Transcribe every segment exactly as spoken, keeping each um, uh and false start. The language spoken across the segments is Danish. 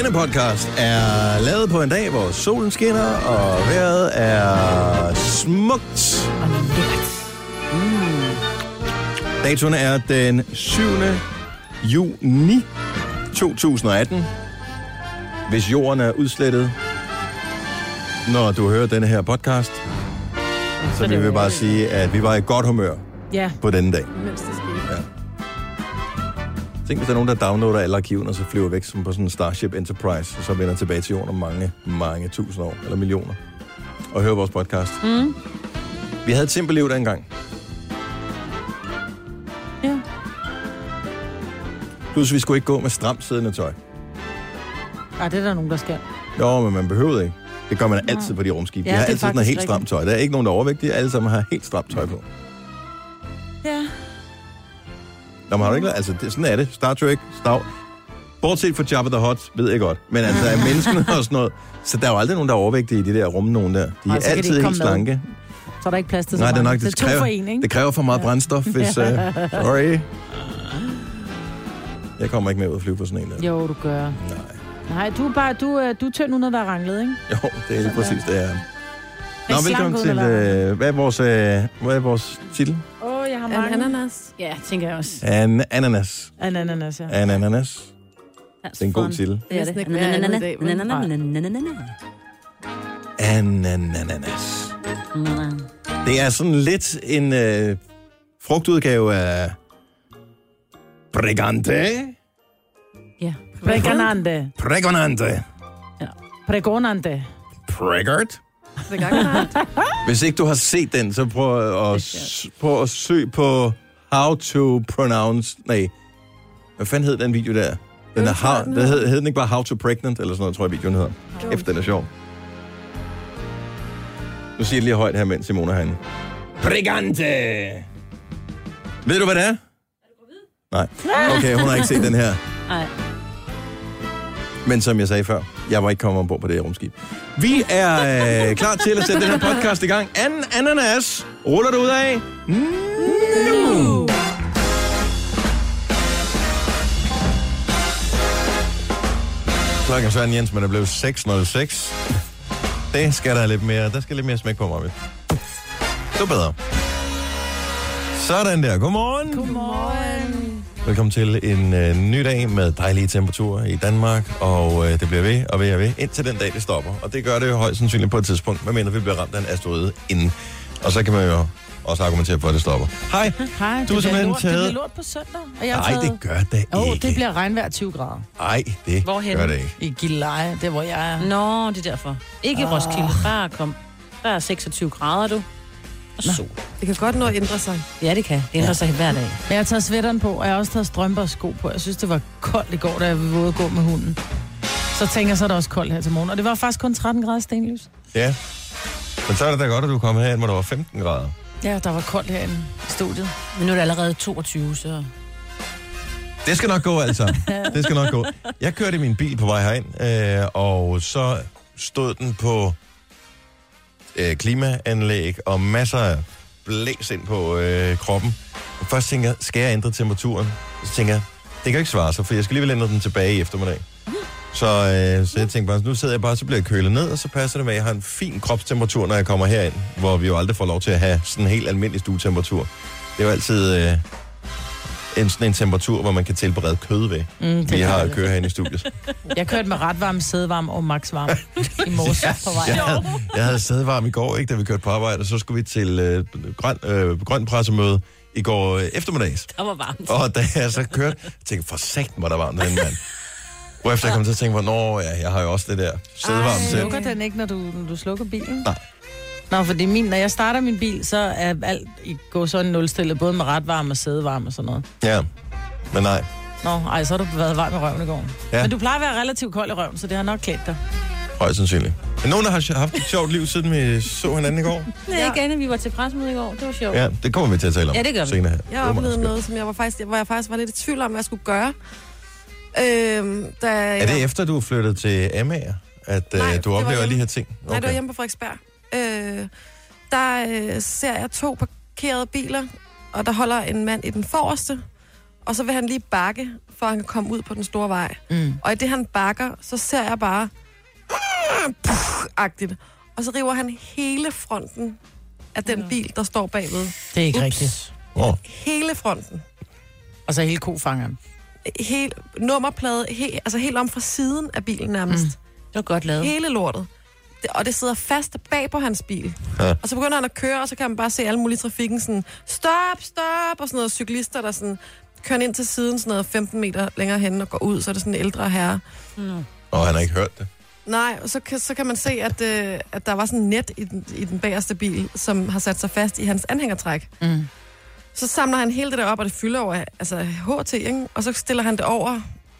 Denne podcast er lavet på en dag, hvor solen skinner, og vejret er smukt. Og lækkert. Mm. Datoen er den syvende juni to tusind og atten. Hvis jorden er udslettet, når du hører denne her podcast, så, så vi vil bare sige, at vi var i godt humør ja. på denne dag. Mens det skete. Ja. Tænk, hvis der er nogen, der downloader alle arkiverne, og så flyver væk som på sådan en Starship Enterprise, og så vender tilbage til jorden om mange, mange tusind år, eller millioner, og hører vores podcast. Mm. Vi havde et simpelt liv dengang. Ja. Plus, vi skulle ikke gå med stramt siddende tøj. Ej, det er der nogen, der skal. Jo, men man behøvede ikke. Det gør man altid på de rumskib. De Ja, har det er altid noget helt faktisk stramt tøj. Der er ikke nogen, der er overvægtige. Alle sammen har helt stramt tøj på. Ja. Nå, men har du ikke... Altså, det, sådan er det. Star Trek, Star... Bortset fra Jabba the Hutt, ved jeg godt. Men altså, er menneskene og sådan noget... Så der er jo aldrig nogen, der er overvægtige i de der rum, nogen der. De er Ej, altid de helt slanke. Så er der ikke plads til så Nej, det er nok, det, det, det, kræver, for en, ikke? det kræver for meget brændstof, hvis... Uh, sorry. Jeg kommer ikke med ud at flyve på sådan en der. Jo, du gør. Nej. Nej, du er bare, du, er- du er tynd uden at være ranglet, ikke? Jo, det er lige præcis det, jeg er. Nå, slank velkommen ud, til... eller Øh, hvad, er vores, øh, hvad er vores titel? Åh, oh, jeg har En mange. ananas. Ja, tænker jeg også. An ananas. An ananas, ja. An ananas. Det er en god titel. Det er det. Næsten ikke mere andet i dag, vel? Anananas. Det er sådan lidt en øh, frugtudgave af Pregante. Ja. Pregonante. Pregonante. Ja. Pregonante. Pregert. Pregonante. Hvis ikke du har set den, så prøv at, s- prøv at søge på how to pronounce... Nej, hvad fanden hed den video der? Den er how, den hed, hed den ikke bare how to pregnant, eller sådan noget, tror jeg, videoen hedder. Efter den er sjov. Nu siger jeg lige højt her, mens Simone er herinde. Pregante! Ved du, hvad det er? Nej. Okay, hun har ikke set den her. Nej. Men som jeg sagde før, jeg var ikke kommet ombord på det her rumskib. Vi er øh, klar til at sætte den her podcast i gang. An ananas ruller du ud af nu. Klokken er Søren Jens, men det blev seks nul seks. Det skal der lidt mere, der skal lidt mere smæk på mig. Det var bedre. Sådan der. Godmorgen. Godmorgen. Velkommen til en øh, ny dag med dejlige temperaturer i Danmark, og øh, det bliver ved og ved og ved, indtil den dag det stopper. Og det gør det jo højst sandsynligt på et tidspunkt, medmindre vi bliver ramt af en asteroide inden. Og så kan man jo også argumentere for, at det stopper. Hej, Hej, du er simpelthen lort, taget... Det bliver lort på søndag. Og jeg har Nej, taget... det gør det Åh, ikke. det bliver regnvejr tyve grader. Nej, det Hvorhenne? gør det ikke. I Gilleleje, det hvor jeg er. Nå, det er derfor. Ikke Ah. Roskilde, bare kom. Der er seksogtyve grader, du. Og sol. Det kan godt nå at ændre sig. Ja, det kan. Det ændrer Ja. sig hver dag. Men jeg har taget sweateren på, og jeg har også taget strømper og sko på. Jeg synes, det var koldt i går, da jeg var ude at gå med hunden. Så tænker jeg, så er det også koldt her til morgen. Og det var faktisk kun tretten grader stenlys. Ja, men så er det da godt, at du er kommet herind, hvor der var femten grader. Ja, der var koldt herinde i studiet. Men nu er det allerede toogtyve, så... Det skal nok gå, altså. Det skal nok gå. Jeg kørte i min bil på vej herind, øh, og så stod den på øh, klimaanlæg og masser af blæs ind på øh, kroppen. Og først tænker jeg, skal jeg ændre temperaturen? Så tænker jeg, det kan jo ikke svare sig, for jeg skal alligevel ændre den tilbage i eftermiddag. Så, øh, så jeg tænkte bare, nu sidder jeg bare, så bliver jeg kølet ned, og så passer det med, at jeg har en fin kropstemperatur, når jeg kommer herind, hvor vi jo aldrig får lov til at have sådan en helt almindelig stuetemperatur. Det er jo altid øh, en, sådan en temperatur, hvor man kan tilberede kød ved. Mm, Vi har at køre herinde i studiet. Jeg kørte med ret varm, sædevarm og max varm i morges Ja, på vej. jeg, havde, jeg havde sædevarm i går, ikke, da vi kørte på arbejde, og så skulle vi til øh, grøn, øh, grøn pressemøde i går øh, eftermiddags. Der var varmt. Og da jeg så kørte, jeg tænkte, for satan, hvor der var den mand. Hvorefter jeg kom til at tænke, hvornår, ja, jeg har jo også det der sædevarme til. Slukker den ikke, når du, når du slukker bilen? Nej. Nå, fordi min, når jeg starter min bil, så er alt i går sådan nulstillet, både med ret varme og sædevarme og sådan noget. Ja, men nej. Nå, ej, så har du været varm i røven i går. Ja. Men du plejer at være relativt kold i røven, så det har nok klædt dig. Højst sandsynligt. Men nogen, der har haft et sjovt liv, siden vi så hinanden i går? Det er ikke andet, vi var til pressemøde i går. Det var sjovt. Ja, det kommer vi til at tale om. Ja, det gør vi. Senere her. Jeg Det var meget oplevede skønt. noget, som jeg var faktisk, hvor jeg faktisk var lidt i tvivl om, hvad jeg skulle gøre. Øhm, da Er det jeg... efter, du er flyttet til Amager, at Nej, øh, det du var oplever hjemme. de her ting? Nej, det var hjemme på Frederiksberg. Øh, der øh, ser jeg to parkerede biler, og der holder en mand i den forreste, og så vil han lige bakke, for at han kan komme ud på den store vej. Mm. Og i det, han bakker, så ser jeg bare... agtigt. Og så river han hele fronten af den bil, der står bagved. Det er ikke Ups. rigtigt. Oh. Hele fronten. Og så hele kofangeren. Helt nummerplade, he, altså helt om fra siden af bilen nærmest. Mm. Det var godt lavet. Hele lortet. Det, og det sidder fast bag på hans bil. Ja. Og så begynder han at køre, og så kan man bare se alle mulige trafikken sådan, stop, stop, og sådan noget cyklister, der sådan kører ind til siden, sådan noget femten meter længere hen og går ud, så er det sådan en ældre herre. Mm. Og han har ikke hørt det. Nej, og så kan, så kan man se, at, øh, at der var sådan en net i den, i den bagerste bil, som har sat sig fast i hans anhængertræk. Mm. Så samler han hele det der op, og det fylder over altså H T, ikke? Og så stiller han det over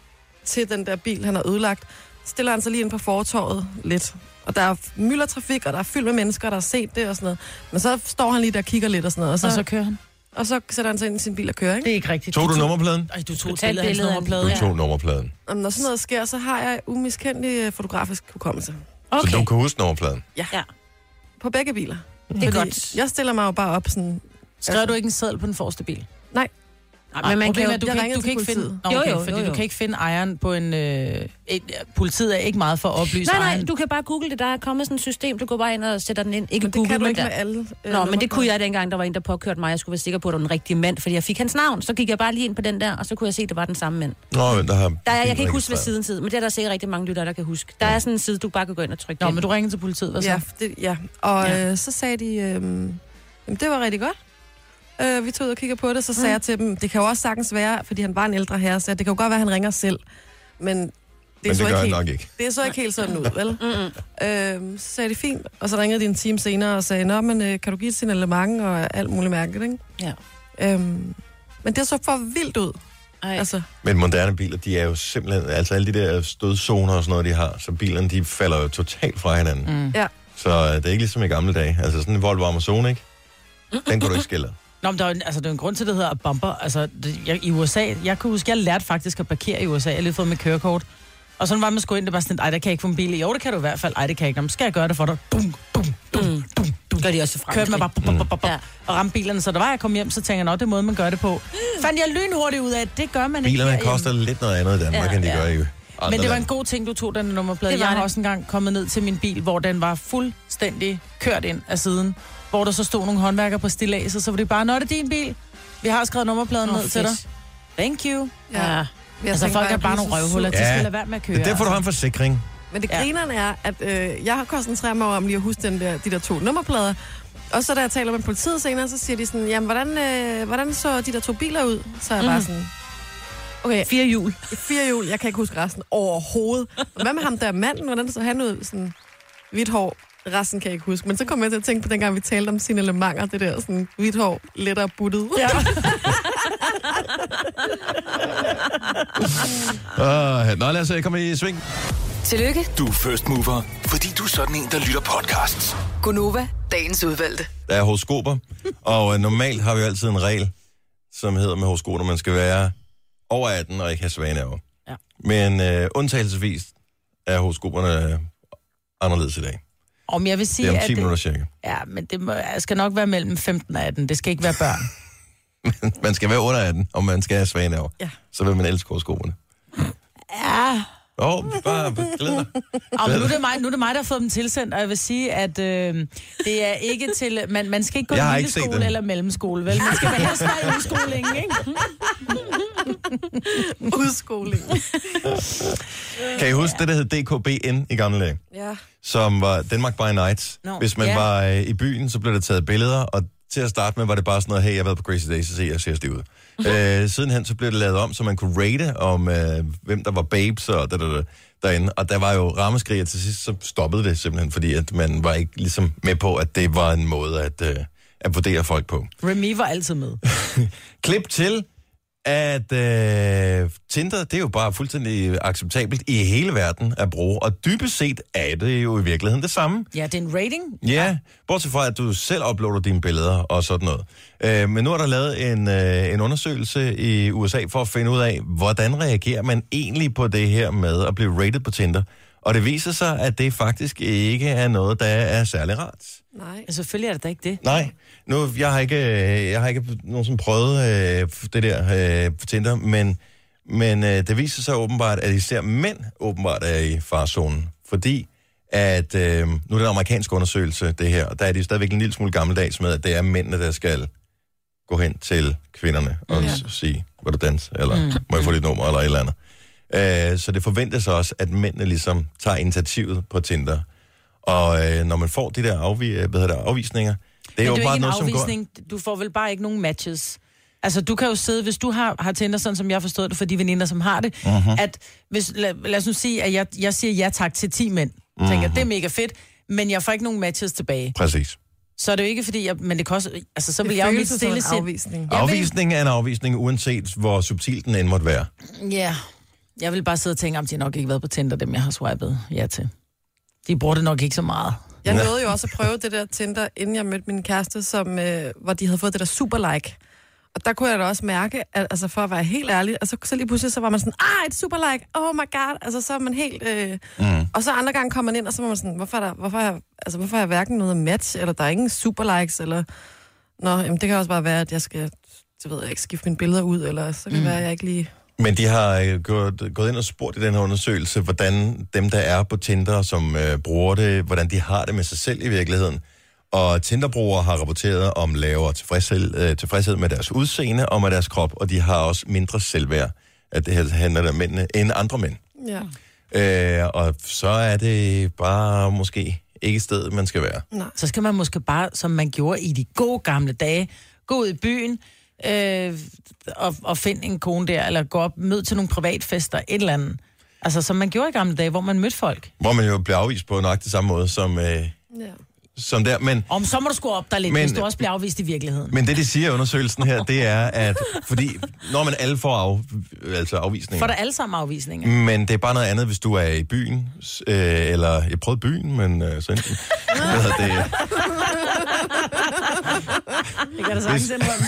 til den der bil, han har ødelagt. Stiller han sig lige ind på fortorvet lidt. Og der er myldretrafik, og der er fyldt med mennesker, der har set det og sådan noget. Men så står han lige der og kigger lidt og sådan noget. Og så, Og så kører han. og så sætter han sig ind i sin bil og kører, ikke? Det er ikke rigtigt. Tog du nummerpladen? Ej, du tog Du et tager et billede af hans billede af nummerplade. Du Ja. tog nummerpladen. Og når sådan noget sker, så har jeg umiskendelig fotografisk hukommelse. Okay. Så du kan huske nummerpladen? Ja. Ja. På begge biler. Det er godt. Jeg stiller mig jo bare op sådan... Skrev du ikke en seddel på den forreste bil? Nej. Nej, men man kan jo... er, du, jeg kan ikke, ringede du kan til ikke finde, politiet. Nå, Jo, okay, jo, fordi jo, jo. du kan ikke finde ejeren på en... Øh, et, politiet er ikke meget for at oplyse Nej, nej, ejeren. du kan bare google det. Der er kommet sådan et system, du går bare ind og sætter den ind. Ikke Men det google, kan du men ikke der. med alle. Øh, Nå, men det kunne jeg dengang, der var en, der påkørte mig. Jeg skulle være sikker på, at det var den rigtige mand, fordi jeg fik hans navn. Så gik jeg bare lige ind på den der, og så kunne jeg se, at det var den samme mand. Nå, der har... Der er, jeg kan ikke huske, hvad siden tid, men det er der sikkert rigtig mange lyttere, der kan huske. Der er sådan en side, du bare kan gå ind og trykke Nå, ind. men du ringede til politiet, hvad så? Ja, det, ja. og Ja. øh, så sagde de, øh, jamen, det var rigtig godt. Øh, vi tog ud og kiggede på det, så sagde mm. jeg til dem, det kan jo også sagtens være, fordi han var en ældre herre, så det kan jo godt være, at han ringer selv. Men det, er Men så det gør ikke han helt, nok ikke. det er så ikke helt sådan ud, vel? øh, så sagde de fint, og så ringede de en time senere og sagde, nå, men øh, kan du give et signalement og alt muligt mærkeligt, ikke? Ja. Øhm, men det så for vildt ud. Ej. Altså, Men moderne biler, de er jo simpelthen... Altså alle de der stødzoner og sådan noget, de har, så bilerne, de falder jo totalt fra hinanden. Mm. ja. Så øh, det er ikke ligesom i gamle dage. Altså sådan en Volvo Amazon, ikke? Den kan du ikke skille. Nå, men der er, jo en- altså, der er jo en grund til, at det hedder bumper. Altså, det, jeg, i U S A, jeg kunne huske, jeg lærte faktisk at parkere i U S A. Jeg har lige fået mit kørekort. Og sådan var man sgu ind, det var sådan, ej, der kan jeg ikke få en bil i. Jo, det kan du i hvert fald. Ej, det kan jeg ikke. Nå, men skal jeg gøre det for dig? Bum, bum, bum, Mm. bum, bum. Gør de også frem. Kørte man bare bum, bum, bum, bum, bum, Ja. og ramte bilerne. Så der var jeg kom hjem, så tænkte jeg, nå, det er måde, man gør det på. Fandt jeg lynhurtigt ud af, at det gør man ikke Bilerne herhjemme. koster lidt noget andet i Danmark, Ja, end de ja. gør i andre Men det var en lande. god ting, du tog den nummerplade. Det var Jeg har det. også engang kommet ned til min bil, hvor den var fuldstændig kørt ind af siden. Hvor der så stod nogle håndværkere på stilladset, så var det bare, nå, det er din bil. Vi har skrevet nummerpladen Åh, ned til dig. fedt. Thank you. Ja. Jeg Altså, tænkte folk er bare jeg nogle blev så røvhuller. sur. De Ja. skal lade være med at køre. Det er derfor, du har en forsikring. Men det Ja. grinerne er, at øh, jeg har koncentreret mig om lige at huske den der, de der to nummerplader. Og så da jeg taler med politiet senere, så siger de sådan, jamen, hvordan, øh, hvordan så de der to biler ud? Så er jeg bare Mm. sådan, okay, Fire hjul. fire hjul, jeg kan ikke huske resten overhovedet. Og hvad med ham der manden, hvordan så han ud? Sådan hvidt hår, resten kan jeg ikke huske. Men så kom jeg til at tænke på, dengang vi talte om signalementer, det der sådan hvidt hår, lettere buttet. Ja. Uh, nå, lad os uh, komme i sving. Tillykke, Du er first mover, fordi du er sådan en, der lytter podcasts. Gunova, dagens udvalgte. Der er horoskoper, og uh, normalt har vi jo altid en regel, som hedder med horoskoper, man skal være over atten og ikke have svaneaver. Ja. Men uh, undtagelsesvis er horoskoperne uh, anderledes i dag. Om jeg vil Det sige, er om at ti det, minutter cirka. ja, men det må, skal nok være mellem femten og atten. Det skal ikke være børn. Man skal være under atten, og man skal have svaneaver. Ja. Så vil man elske horoskoperne. Ja. Åh, oh, bare glæd dig. Og nu er, det mig, nu er det mig, der har fået dem tilsendt, og jeg vil sige, at øh, det er ikke til... Man, man skal ikke gå Jeg har i ikke set skole dem. eller mellemskole, vel? Man skal være helst være i udskolingen, ikke? Udskoling. Kan I huske det, der hed D K B N i gamle dage? Ja. Som var Denmark by Night. Nå, Hvis man ja. var øh, i byen, så blev der taget billeder, og til at starte med var det bare sådan noget, hey, jeg har været på Crazy Days, så se, jeg ser stiv ud. øh, sidenhen så blev det lavet om, så man kunne rate om, øh, hvem der var babes og der, der, der, derinde. Og der var jo rammeskrig, og til sidst så stoppede det simpelthen, fordi at man var ikke ligesom med på, at det var en måde at, øh, at vurdere folk på. Remy var altid med. Klip til, at øh, Tinder, det er jo bare fuldstændig acceptabelt i hele verden at bruge, og dybest set er det jo i virkeligheden det samme. Ja, det er en rating. Ja, bortset fra, at du selv uploader dine billeder og sådan noget. Øh, men nu er der lavet en, øh, en undersøgelse i U S A for at finde ud af, hvordan reagerer man egentlig på det her med at blive rated på Tinder. Og det viser sig, at det faktisk ikke er noget, der er særlig rart. Nej. Altså, selvfølgelig er det da ikke det. Nej, nu, jeg har ikke, jeg har ikke nogensinde prøvet øh, det der øh, på Tinder, men, men øh, det viser sig åbenbart, at især mænd åbenbart er i farezonen. Fordi at, øh, nu er det en amerikansk undersøgelse, det her, og der er de stadigvæk en lille smule gammeldags med, at det er mændene, der skal gå hen til kvinderne og ja. sige, vil du danse, eller mm. må jeg få dit nummer, eller et eller andet. Øh, så det forventes også, at mændene ligesom tager initiativet på Tinder. Og øh, når man får de der afvi- hvad hedder det, afvisninger, det er jo bare noget, som går... Du får vel bare ikke nogen matches. Altså, du kan jo sidde, hvis du har, har Tinder, sådan som jeg forstod det, for de veninder, som har det, uh-huh. at hvis, lad, lad os nu sige, at jeg, jeg siger ja tak til ti mænd. Uh-huh. Tænker, det er mega fedt, men jeg får ikke nogen matches tilbage. Præcis. Så er det jo ikke, fordi jeg... Men det koster... Altså, så vil det jeg jo mit stille sind... afvisning. Afvisning er en afvisning, uanset hvor subtil den end måtte være. Ja. Jeg vil bare sidde og tænke, om de nok ikke har været på Tinder, dem jeg har swipet ja til. De bruger det nok ikke så meget. Jeg nåede jo også at prøve det der Tinder, inden jeg mødte min kæreste, som, øh, hvor de havde fået det der super-like. Og der kunne jeg da også mærke, at altså for at være helt ærlig, altså så lige pludselig så var man sådan, ah, et super-like, oh my god, altså så er man helt... Øh... Mm. Og så andre gange kom man ind, og så var man sådan, hvorfor er der, hvorfor er, altså, hvorfor er jeg hverken noget match, eller der er ingen super-likes, eller... Nå, jamen, det kan også bare være, at jeg skal, det ved jeg ikke, skifte mine billeder ud, eller så kan det mm. være, at jeg ikke lige... Men de har gået, gået ind og spurgt i den her undersøgelse, hvordan dem, der er på Tinder, som øh, bruger det, hvordan de har det med sig selv i virkeligheden. Og Tinder-brugere har rapporteret om lavere tilfredshed, øh, tilfredshed med deres udseende og med deres krop, og de har også mindre selvværd, at det her handler der mændene, end andre mænd. Ja. Øh, og så er det bare måske ikke stedet, man skal være. Nej. Så skal man måske bare, som man gjorde i de gode gamle dage, gå ud i byen, Øh, og, og finde en kone der, eller gå op, møde til nogle privatfester, et eller andet. Altså, som man gjorde i gamle dage, hvor man mødte folk. Hvor man jo blev afvist på nøjagtig samme måde som, øh, ja. som der, men... Om så må du sgu op der lidt, men, hvis du også bliver afvist i virkeligheden. Men det, de siger i undersøgelsen her, det er, at... Fordi, når man alle får af, altså afvisninger... For der alle sammen afvisninger. Men det er bare noget andet, hvis du er i byen, øh, eller... Jeg prøvede byen, men øh, så enten... Hvad hedder det? Det kan da sagtens indrømme.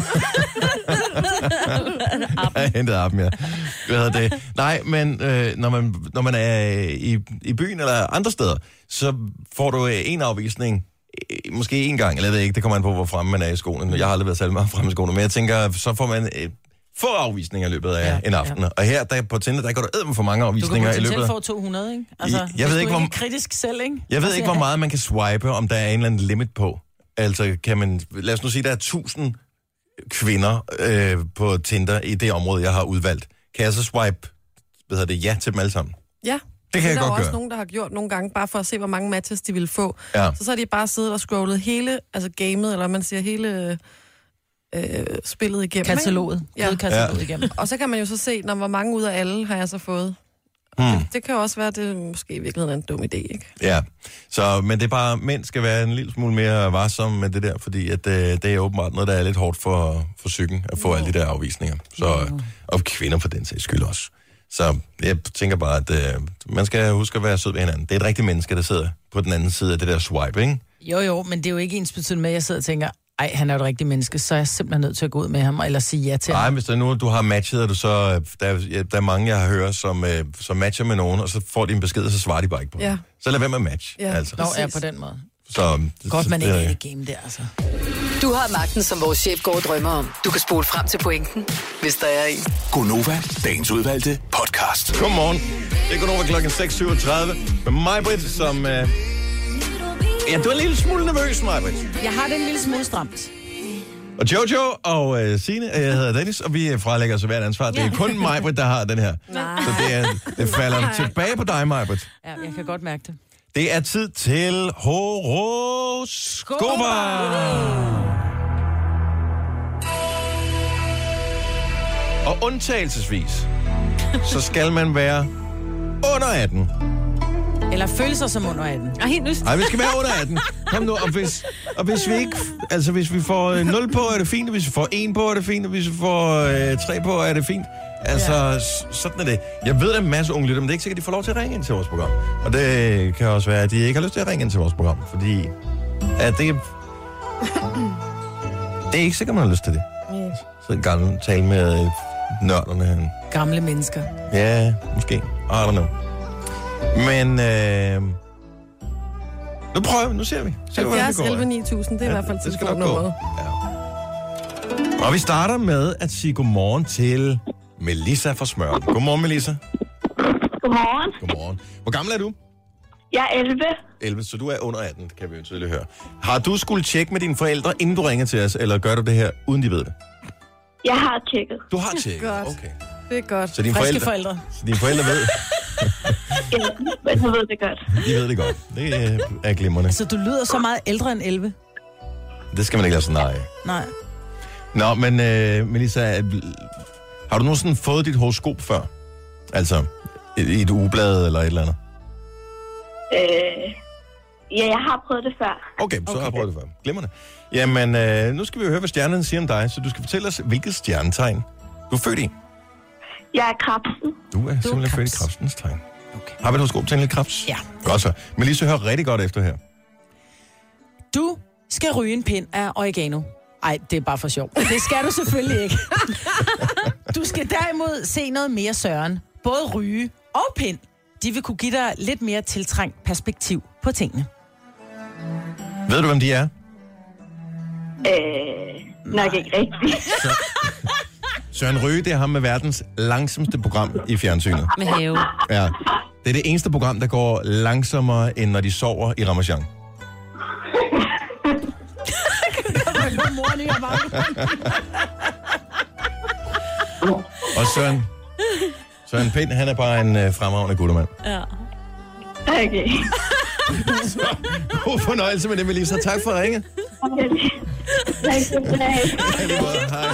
Jeg hentede appen, ja. Hvad hedder det? Nej, men øh, når, man, når man er i, i byen eller andre steder, så får du en afvisning, måske en gang, eller jeg ved ikke, det kommer an på, hvor fremme man er i skolen. Jeg har aldrig været særlig meget fremme i skolen, men jeg tænker, så får man øh, få afvisninger i løbet af ja, en aften. Ja. Og her der, på Tinder, der går du ædme for mange afvisninger i løbet af... Du kan potentielt få to hundrede, ikke? Altså, jeg, jeg ved ikke, hvor... ikke kritisk selv, ikke? Jeg ved ikke, hvor meget man kan swipe, om der er en eller anden limit på. Altså, kan man... Lad os nu sige, der er tusind kvinder øh, på Tinder i det område, jeg har udvalgt. Kan jeg så swipe, hvad hedder det, ja til dem alle sammen? Ja. Det kan jeg godt gøre. Der er også nogen, der har gjort nogle gange, bare for at se, hvor mange matches de vil få. Ja. Så så har de bare siddet og scrollet hele, altså gamet, eller man siger hele øh, spillet igennem. Kataloget. Ja. Kataloget ja. igennem. Og så kan man jo så se, når, hvor mange ud af alle har jeg så fået. Hmm. Det, det kan jo også være, at det måske i virkeligheden er en dum idé, ikke? Ja, så, men det er bare, mænd skal være en lille smule mere varsomme med det der, fordi at, øh, det er åbenbart noget, der er lidt hårdt for, for psyken, at få no. alle de der afvisninger. Så, no. Og kvinder for den sags skyld også. Så jeg tænker bare, at øh, man skal huske at være sød ved hinanden. Det er et rigtigt menneske, der sidder på den anden side af det der swipe, ikke? Jo, jo, men det er jo ikke ensbetydende med, at jeg sidder og tænker, ej, han er jo et rigtigt menneske, så er jeg simpelthen nødt til at gå ud med ham, eller sige ja til ham. Nej, hvis der nu du har matchet, og du så, der, er, der er mange, jeg har hørt, som, øh, som matcher med nogen, og så får de en besked, og så svarer de bare ikke på. Ja. Så lad være med at match. Ja, altså. Nå, er på den måde. Så, godt, man så, ikke er i det game der, altså. Du har magten, som vores chef går og drømmer om. Du kan spole frem til pointen, hvis der er en. Gonova, dagens udvalgte podcast. Godmorgen. Det er Gonova klokken seks syvogtredive med mig, Britt, som... Øh... Ja, du er en lille smule nervøs, mig, Britt. Jeg har det en lille smule stramt. Og Jojo og øh, Signe, jeg hedder Dennis, og vi frelægger os hvert ansvar. Det er kun Majbrit, der har den her. Nej. Så det, er, det falder Nej. tilbage på dig, Majbrit. Ja, jeg kan godt mærke det. Det er tid til horoskoper. Og undtagelsesvis, så skal man være under atten. Eller føle sig som under atten. Og helt lyst. Nej, vi skal være under atten. Kom nu, og hvis, og hvis vi ikke... Altså, hvis vi får nul på, er det fint. Hvis vi får en på, er det fint. Og hvis vi får øh, tre på, er det fint. Altså, ja. Sådan er det. Jeg ved, der er en masse unge lytter, men det er ikke sikkert, at de får lov til at ringe ind til vores program. Og det kan også være, at de ikke har lyst til at ringe ind til vores program. Fordi at det... Det er ikke sikkert, man har lyst til det. Yes. Så en gammel tale med nørderne her. Gamle mennesker. Ja, måske. I don't know. Men øh, nu prøver vi, nu ser vi. Ser, halvfjerds elleve ni tusind, det er ja, i hvert fald det skal nok gå. telefonnummeret. Ja. Og vi starter med at sige godmorgen til Melissa fra Smøren. Godmorgen, Melissa. Godmorgen. Godmorgen. Hvor gammel er du? Jeg er elleve. elleve, så du er under atten, kan vi jo tydeligt høre. Har du skulle tjekke med dine forældre, inden du ringer til os, eller gør du det her, uden de ved det? Jeg har tjekket. Du har tjekket? Godt. Okay. Det er godt. Så dine Friske forældre, forældre. Så dine forældre ved, Ja, men jeg ved det godt. de ved det godt. Det øh, er glimrende. Så du lyder så meget ældre end elleve? Det skal man ikke lade sig nej. Nej. Nå, men øh, Melissa, har du nogensinde fået dit horoskop før? Altså, i, i et ugeblad eller et eller andet? Øh, ja, jeg har prøvet det før. Okay, så okay. har jeg prøvet det før. Glimrende. Jamen, øh, nu skal vi jo høre, hvad stjernerne siger om dig, så du skal fortælle os, hvilket stjernetegn du er født i. Jeg er krabsen. Du er, du er simpelthen født i krebs. krebsens tegn. Okay. Har vi et horoskop til en lille krebs? Ja. Godt så. Melissa, hør rigtig godt efter her. Du skal ryge en pind af oregano. Ej, det er bare for sjov. Det skal du selvfølgelig ikke. Du skal derimod se noget mere Søren. Både ryge og pind. De vil kunne give dig lidt mere tiltrængt perspektiv på tingene. Ved du, hvem de er? Øh, nok ikke rigtigt. Søren Ryge, det er ham med verdens langsomste program i fjernsynet. Med have. Ja. Det er det eneste program, der går langsommere, end når de sover i Ramachan. Og Søren, Søren Pind, han er bare en øh, fremragende guttermand. Ja. Okay. God fornøjelse med det, Melissa. Tak for at ringe. Okay. Tak skal du have. Hej.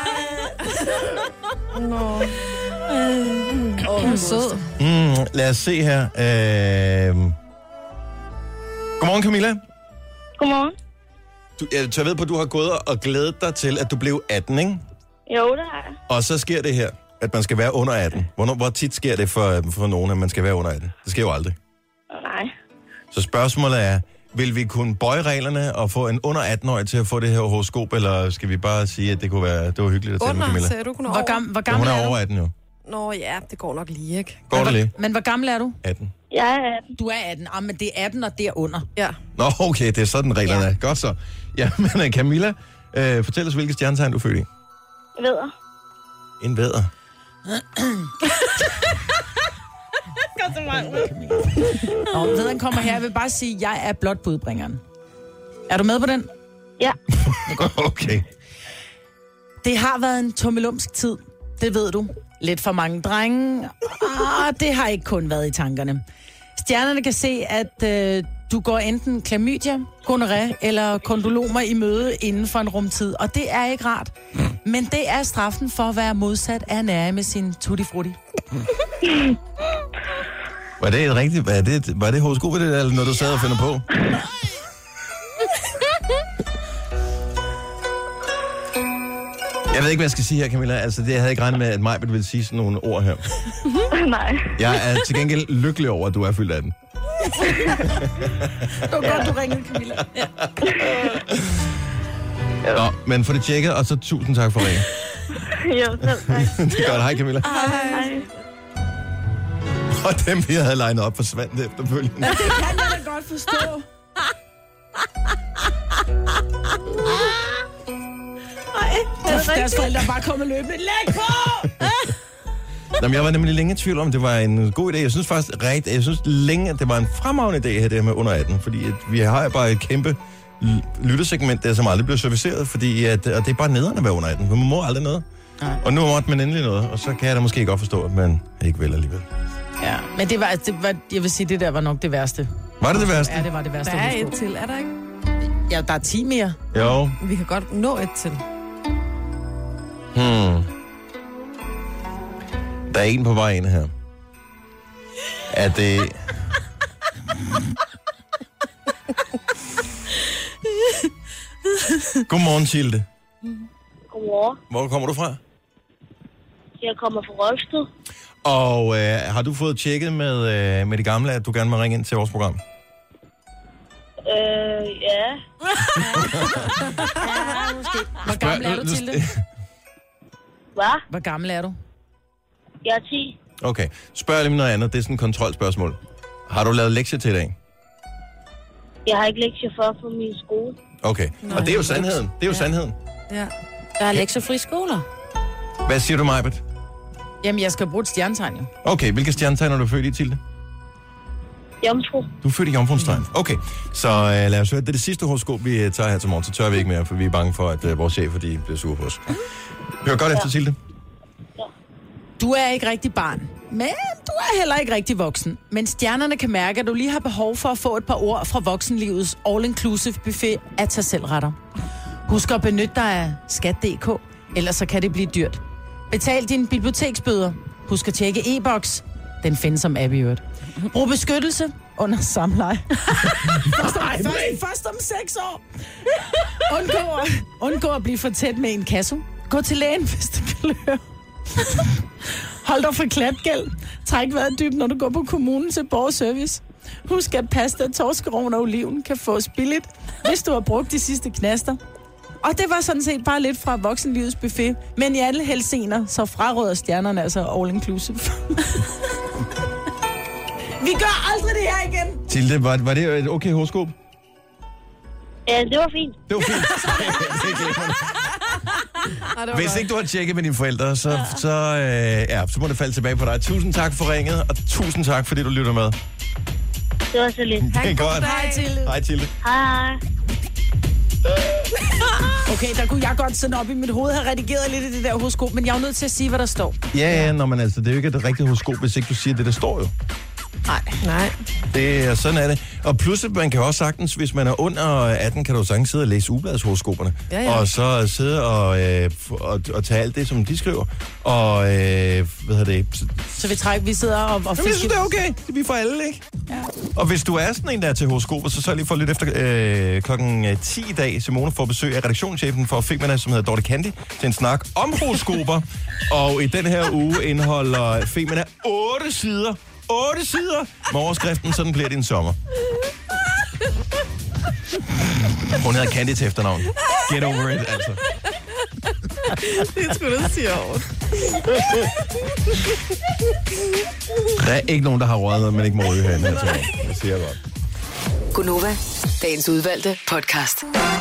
Nå. Åh, oh, sød. Mm, lad os se her. Øh... Godmorgen, Camilla. Godmorgen. Du, jeg tør ved på, at du har gået og glædet dig til, at du blev atten, ikke? Jo, det har jeg. Og så sker det her, at man skal være under atten. Hvornår, hvor tit sker det for, for nogen, at man skal være under atten? Det sker jo aldrig. Nej. Så spørgsmålet er, vil vi kunne bøje reglerne og få en under atten-årig til at få det her horoskop, eller skal vi bare sige, at det kunne være, det var hyggeligt at tale med Under, Camilla? sagde du kun over? Hvor, gam, hvor Ja, gammel hun er er du? over atten jo. Nå ja, det går nok lige, ikke? Går det lige? Men hvor gammel er du? atten. Jeg er atten. Du er atten. Ah, men det er atten og derunder. Ja. Nå, okay, det er sådan reglerne Ja. er. Godt så. Ja, men Camilla, øh, fortæl os, hvilket stjernetegn du er født i. Vædder. En vædder. Nå, vedden kommer her. Jeg vil bare sige, at jeg er blot budbringeren. Er du med på den? Ja. Okay. Det har været en tummelumsk tid. Det ved du. Lidt for mange drenge. Ah, det har ikke kun været i tankerne. Stjernerne kan se, at øh, du går enten klamydia, gonorrhea eller kondolomer i møde inden for en rumtid. Og det er ikke rart. Men det er straffen for at være modsat af nære med sin tutti frutti. Var det et rigtigt, var det, var det horoskopet, det der, eller noget, du sad og finder på? Jeg ved ikke, hvad jeg skal sige her, Camilla. Altså, det jeg havde ikke regnet med, at Majbert ville sige sådan nogle ord her. Nej. Jeg er til gengæld lykkelig over, at du er fyldt af den. Det var godt, du ringede, Camilla. Ja. Nå, men få det tjekket, og så tusind tak for ringen. Jo, selv tak. Det er godt. Hej, Camilla. Hej. Og dem, vi havde legnet op, forsvandt efterfølgende. Det kan jeg da godt forstå. Ej, deres forældre er bare kommet løbende. Læg på! Nå, men jeg var nemlig længe i tvivl om, det var en god idé. Jeg synes faktisk rigtigt, jeg synes længe, at det var en fremragende idé her, det her med under atten. Fordi at vi har bare et kæmpe lyttesegment, der som aldrig bliver serviceret. Fordi at, og det er bare nederen at være under atten. Man må aldrig noget. Nej. Og nu måtte man endelig noget. Og så kan jeg da måske godt forstå, at man ikke vil alligevel. Ja, men det var, det var, jeg vil sige, det der var nok det værste. Var det det værste? Ja, det var det værste. Der er horoskop. et til, er der ikke? Ja, der er ti mere. Jo. Vi kan godt nå et til. Hmm. Der er en på vej ind her. Er det... Godmorgen, Tilde. Godmorgen. Hvor kommer du fra? Jeg kommer fra Rolsted. Og øh, har du fået tjekket med, øh, med de gamle, at du gerne må ringe ind til vores program? Øh, ja. Ja, måske. Hvor gammel er du, Tilde? Hvad? Hvor gammel er du? Jeg er ti. Okay, spørg lige noget andet. Det er sådan et kontrolspørgsmål. Har du lavet lektier til i dag? Jeg har ikke lektier for på min skole. Okay, og det er jo sandheden. Det er jo ja. sandheden. Ja. Der er lektiefri skoler. Hvad siger du, Majbert? Jamen, jeg skal bruge et stjernetegn, jo. Okay, hvilke stjernetegn er du født i, Tilde? Jomfru. Du er født i Jomfruens Okay, så øh, lad os høre. Det er det sidste horoskop, vi tager her til morgen. Så tør vi ikke mere, for vi er bange for, at øh, vores chefer de bliver sure på os. Hør godt ja. efter, Tilde. Ja. Du er ikke rigtig barn, men du er heller ikke rigtig voksen. Men stjernerne kan mærke, at du lige har behov for at få et par ord fra voksenlivets all-inclusive buffet af tag selv retter. Husk at benytte dig af skat punktum d k, ellers så kan det blive dyrt. Betal dine biblioteksbøder. Husk at tjekke e-boks. Den findes som app i øvrigt. Brug beskyttelse under samleje. først, om, først, først om seks år. Undgå, undgå at blive for tæt med en kasse. Gå til lægen, hvis det klør. Hold dig for klatgæld. Træk vejret dybt, når du går på kommunen til borgerservice. Husk, at pasta, torskeroven og oliven kan fås billigt, hvis du har brugt de sidste knaster. Og det var sådan set bare lidt fra voksenlivets buffet. Men i alle henseender, så fraråder stjernerne altså all inclusive. Vi gør aldrig det her igen. Tilde, var, var det et okay horoskop? Ja, det var fint. Det var fint. Hvis ikke du har tjekket med dine forældre, så, så, øh, ja, så må det falde tilbage på dig. Tusind tak for ringet, og tusind tak, fordi du lytter med. Det var så lidt. Det er godt. Hej, Tilde. Hej, Tilde. Hej. Okay, der kunne jeg godt sådan op i mit hoved have redigeret lidt i det der horoskop, men jeg er nødt til at sige, hvad der står. Ja, ja, når man altså, det er jo ikke et rigtigt horoskop, hvis ikke du siger det, der står jo. Nej. Nej. Det er sådan er det. Og plus, man kan også sagtens, hvis man er under atten, kan du sagtens sidde og læse ugebladshoroskoperne. Ja, ja. Og så sidde og, øh, og, og tage alt det, som de skriver. Og, øh, hvad hedder det? Så, Så vi trækker, vi sidder og, og Jamen, jeg synes, det er okay. Det er vi for alle, ikke? Ja. Og hvis du er sådan en, der er til horoskoper, så sørg lige for lidt efter øh, klokken ti i dag. Simone får besøg af redaktionschefen for Femina, som hedder Dorte Candy, til en snak om horoskoper. Og i den her uge indeholder Femina otte sider. otte sider med overskriften, sådan bliver din sommer. Hun hedder Candy til efternavn. Get over it, altså. Det er sgu da sjovt. Der er ikke nogen, der har røget, men ikke må ryge herinde. Altså. Det siger jeg godt. Gunova, dagens udvalgte podcast.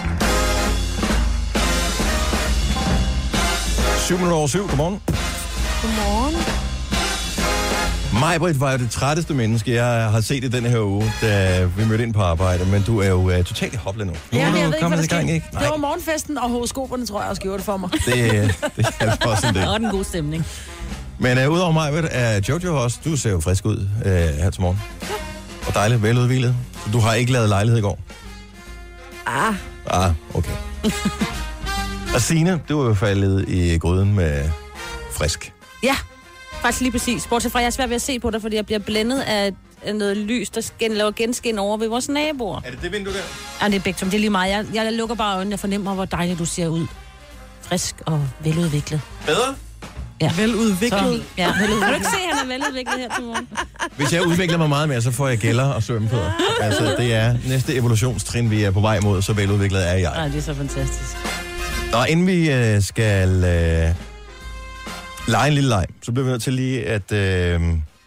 Syv minutter over syv. Godmorgen. Godmorgen. Majbrit var jo det trætteste menneske, jeg har set i den her uge, da vi mødte ind på arbejde, men du er jo uh, totalt i hoplet nu. Nu Ja, men jeg er du ved ikke, kommet hvad i der gang, sker. ikke? Det var morgenfesten, og horoskoperne tror jeg også gjorde det for mig. Det, det er også en del. Og den gode stemning. Men uh, udover Majbrit er Jojo også. Du ser jo frisk ud uh, her til morgen. Og dejligt, veludvilet. Så du har ikke lavet lejlighed i går? Ah, Ah, okay. Og Signe, du er jo faldet i gryden med frisk. Ja, faktisk lige præcis. Bortset fra, jeg er svært ved at se på dig, fordi jeg bliver blændet af noget lys, der skin, laver genskin over ved vores naboer. Er det det vindue der? Ja, det er begge to. Det er lige meget. Jeg, jeg lukker bare øjnene og fornemmer, hvor dejligt du ser ud. Frisk og veludviklet. Bedre? Ja. veludviklet. Så, ja, veludviklet. Kan du ikke se, at han er veludviklet her til morgen? Hvis jeg udvikler mig meget mere, så får jeg gælder og svømmefødder. Altså, det er næste evolutionstrin, vi er på vej mod, så veludviklet er jeg. Nej, det er så fantastisk. Nå, inden vi øh, skal øh, lege en lille leg, så bliver vi nødt til lige at, øh,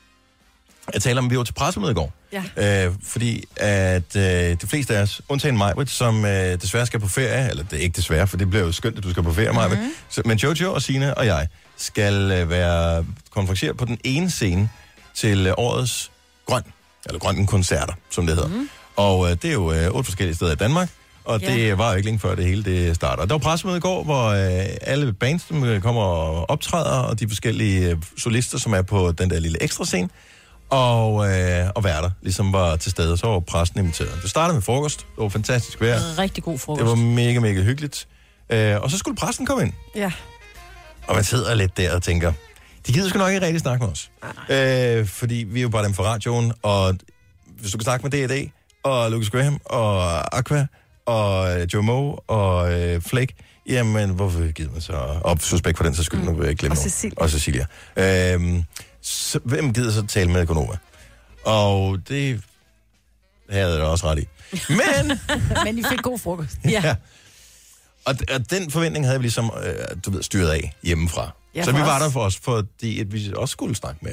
at tale om, vi var til pressemøde i går. Ja. Øh, fordi at øh, de fleste af os, undtagen Majbrit, som øh, desværre skal på ferie, eller det er ikke desværre, for det bliver jo skønt, at du skal på ferie, Majbrit. Mm-hmm. Så, men Jojo og Signe og jeg skal øh, være konferencieret på den ene scene til øh, årets grøn, eller grønne koncerter, som det hedder. Mm-hmm. Og øh, det er jo øh, otte forskellige steder i Danmark. Og Ja. det var jo ikke længe før det hele det starter. Der var pressemøde i går, hvor øh, alle bands dem, kommer og optræder, og de forskellige øh, solister, som er på den der lille ekstra scene, og, øh, og værter, ligesom var til stede. Så var pressen inviteret. Det startede med frokost. Det var fantastisk vejr. Rigtig god frokost. Det var mega, mega hyggeligt. Øh, og så skulle pressen komme ind. Ja. Og man sidder lidt der og tænker, de gider sgu nok ikke rigtig snakke med os. Øh, fordi vi er jo bare dem fra radioen, og hvis du kan snakke med D og D, og Lucas Graham, og Aqua, og Joe Moe, og øh, Flake, jamen, hvorfor gider man så? Og Suspekt for den så skyld, mm. nu vil jeg ikke glemme Og nogen. Cecilia. Og Cecilia. Øhm, så, hvem gider så tale med Gonova? Og det havde jeg da også ret i. Men, Men I fik god frokost. ja. Og, og den forventning havde vi ligesom, øh, du ved, styret af hjemmefra. Ja, så for vi var os. der for os, fordi at vi også skulle snakke med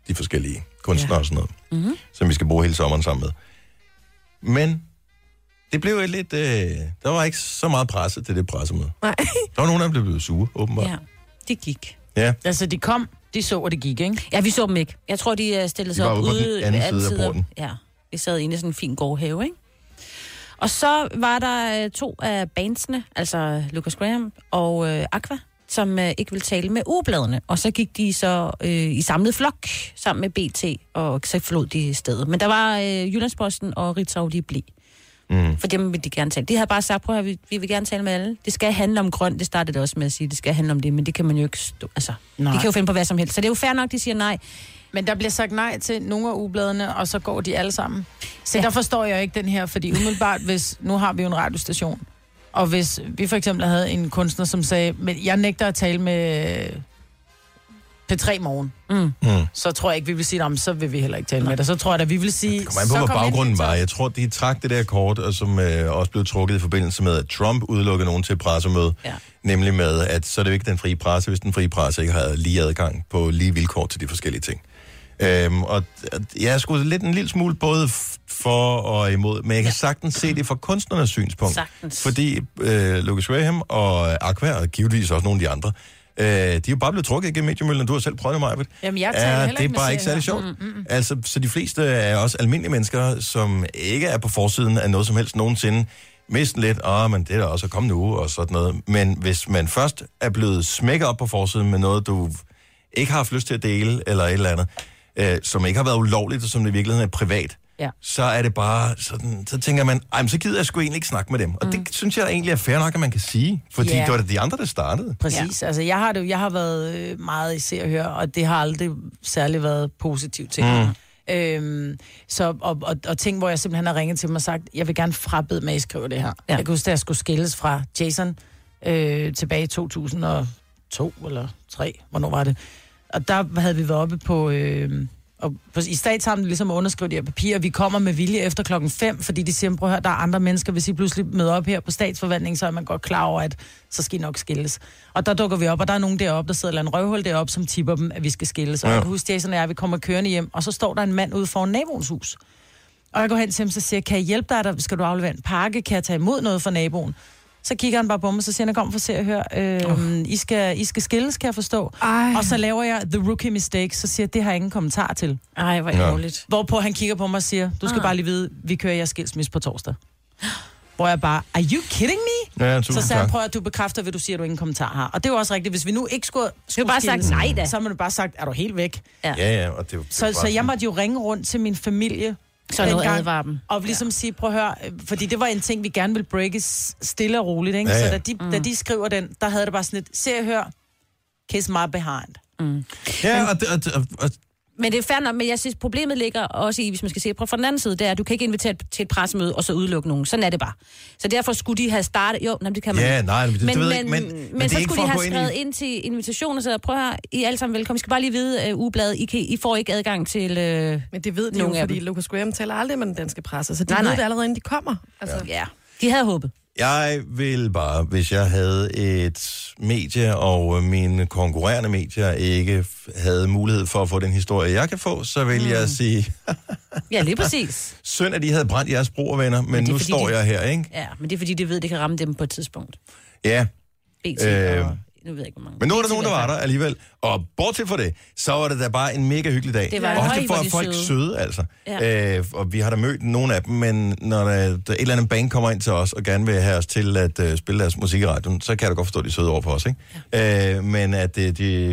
de forskellige kunstnere ja. og sådan noget, mm-hmm. som vi skal bruge hele sommeren sammen med. Men det blev et lidt... Øh, der var ikke så meget presse til det pressemøde. Nej. Der var nogen, der blev blevet sure, åbenbart. Ja, de gik. Ja. Altså, de kom, de så, og det gik, ikke? Ja, vi så dem ikke. Jeg tror, de stillede sig de op ude ude på den anden side af porten. Ja, vi sad inde i sådan en fin gårdhave, ikke? Og så var der to af bandsene, altså Lucas Graham og øh, Aqua, som øh, ikke ville tale med ugebladene. Og så gik de så øh, i samlet flok sammen med B T, og så forlod de stedet. Men der var øh, Jyllandsposten og Ritzau, de blev. Mm. For dem vil de gerne tale. De havde bare sagt, prøv at vi, vi vil gerne tale med alle. Det skal handle om grønt, det startede det også med at sige, det skal handle om det, men det kan man jo ikke stå. Altså, nej. De kan jo finde på hvad som helst. Så det er jo fair nok, de siger nej. Men der bliver sagt nej til nogle af ugebladene, og så går de alle sammen. Så ja. Der forstår jeg ikke den her, fordi umiddelbart, hvis nu har vi jo en radiostation, og hvis vi for eksempel havde en kunstner, som sagde, men jeg nægter at tale med P tre morgen, mm. Mm. så tror jeg ikke, vi vil sige, så vil vi heller ikke tale med dig. Så tror jeg, at vi vil sige... Det kommer an på, hvad baggrunden var. Jeg tror, de trak det der kort, og som øh, også blev trukket i forbindelse med, at Trump udelukkede nogen til pressemøde. Ja. Nemlig med, at så er det jo ikke den frie presse, hvis den frie presse ikke har lige adgang på lige vilkår til de forskellige ting. Øhm, og jeg er sgu lidt en lille smule både for og imod, men jeg kan sagtens se det fra kunstnernes synspunkt. Sagtens. Fordi øh, Lucas Graham og Aqua, og givetvis også nogle af de andre, øh, de er jo bare blevet trukket igennem mediemøllen, du har selv prøvet det, Majbert. Jamen, jeg tager heller ikke det er bare ikke særlig sjovt. Mm, mm. Altså, så de fleste er også almindelige mennesker, som ikke er på forsiden af noget som helst nogensinde, misten lidt, åh, oh, men det er da også at komme nu, og sådan noget. Men hvis man først er blevet smækket op på forsiden med noget, du ikke har haft lyst til at dele, eller et eller andet, øh, som ikke har været ulovligt, og som i virkeligheden er privat, ja. Så er det bare sådan, så tænker man, ej, men så gider jeg sgu egentlig ikke snakke med dem. Og mm. det synes jeg egentlig er fair nok, at man kan sige, fordi yeah. det var det de andre, der startede. Præcis, ja. Altså jeg har, det, jeg har været meget i Se og Hør, og det har aldrig særlig været positivt til mig. Mm. Øhm, så, og, og, og ting, hvor jeg simpelthen har ringet til dem og sagt, jeg vil gerne frabede med, at I skriver det her. Ja. Jeg kan huske, at jeg skulle skilles fra Jason øh, tilbage i to tusind og to eller tre, hvornår var det? Og der havde vi været oppe på... Øh, og på, i statssamlet ligesom at underskrive de her papirer. Vi kommer med vilje efter klokken fem, fordi de siger, prøv at høre, der er andre mennesker, hvis I pludselig møder op her på statsforvaltningen, så er man godt klar over, at så skal I nok skilles. Og der dukker vi op, og der er nogen deroppe, der sidder eller en røvhul deroppe, som tipper dem, at vi skal skilles. Og ja. Jeg kan huske, Jason og jeg, vi kommer kørende hjem, og så står der en mand ude foran naboens hus. Og jeg går hen til ham, så siger, kan jeg hjælpe dig, der skal du aflevere en pakke, kan jeg tage imod noget fra naboen? Så kigger han bare på mig, så siger han, kom for at se og høre, øh, oh. I, skal, I skal skilles, kan jeg forstå. Ej. Og så laver jeg the rookie mistake, så siger jeg, det har jeg ingen kommentar til. Ej, hvor ærgerligt. Ja. Hvorpå han kigger på mig og siger, du skal ah. bare lige vide, vi kører jeres skilsmisse på torsdag. Hvor jeg bare, are you kidding me? Ja, så sagde han, prøv at du bekræfter, hvad du siger, du ingen kommentar har. Og det er jo også rigtigt, hvis vi nu ikke skulle, skulle bare skilles, sagt nej da. Så har man bare sagt, er du helt væk? Ja, ja, ja og det, det så, så jeg måtte jo ringe rundt til min familie, så noget advarer dem. Og ligesom ja. sige, prøv at høre, fordi det var en ting, vi gerne ville breake stille og roligt, ikke? Ja, ja. Så da de, mm. da de skriver den, der havde det bare sådan et, se og hør, kiss my behind. Mm. Ja, og, og, og, og men det er fair nok, men jeg synes, problemet ligger også i, hvis man skal se på fra den anden side, det er, at du kan ikke invitere til et pressemøde og så udelukke nogen. Sådan er det bare. Så derfor skulle de have startet... Jo, nej, det kan man ja, nej, men det, men, det ved men, ikke, men, men, men, men så det skulle de have skrevet ind, i... ind til invitationer, så prøv her, I er alle sammen velkommen. I skal bare lige vide, uh, ugebladet, I, kan, I får ikke adgang til uh, men det ved de jo, fordi Lucas Graham taler aldrig med den danske presse, så de nej, ved nej. det allerede, inden de kommer. Altså. Ja. ja, de havde håbet. Jeg vil bare, hvis jeg havde et medie, og mine konkurrerende medier ikke havde mulighed for at få den historie, jeg kan få, så vil mm. jeg sige... ja, lige præcis. Synd, at de havde brændt jeres broervenner, men, men nu står de... jeg her, ikke? Ja, men det er fordi, de ved, at det kan ramme dem på et tidspunkt. Ja. B T øh... og... Nu ved jeg ikke, hvor mange. Men nu er der nogen, der var der alligevel. Og bortset fra det, så var det da bare en mega hyggelig dag. Det var og også det for folk søde, søde altså. Ja. Øh, og vi har da mødt nogle af dem, men når der, der et eller andet band kommer ind til os, og gerne vil have os til at uh, spille deres musik i radioen, så kan jeg da godt forstå, at de er søde over for os, ikke? Ja. Øh, men at uh, de,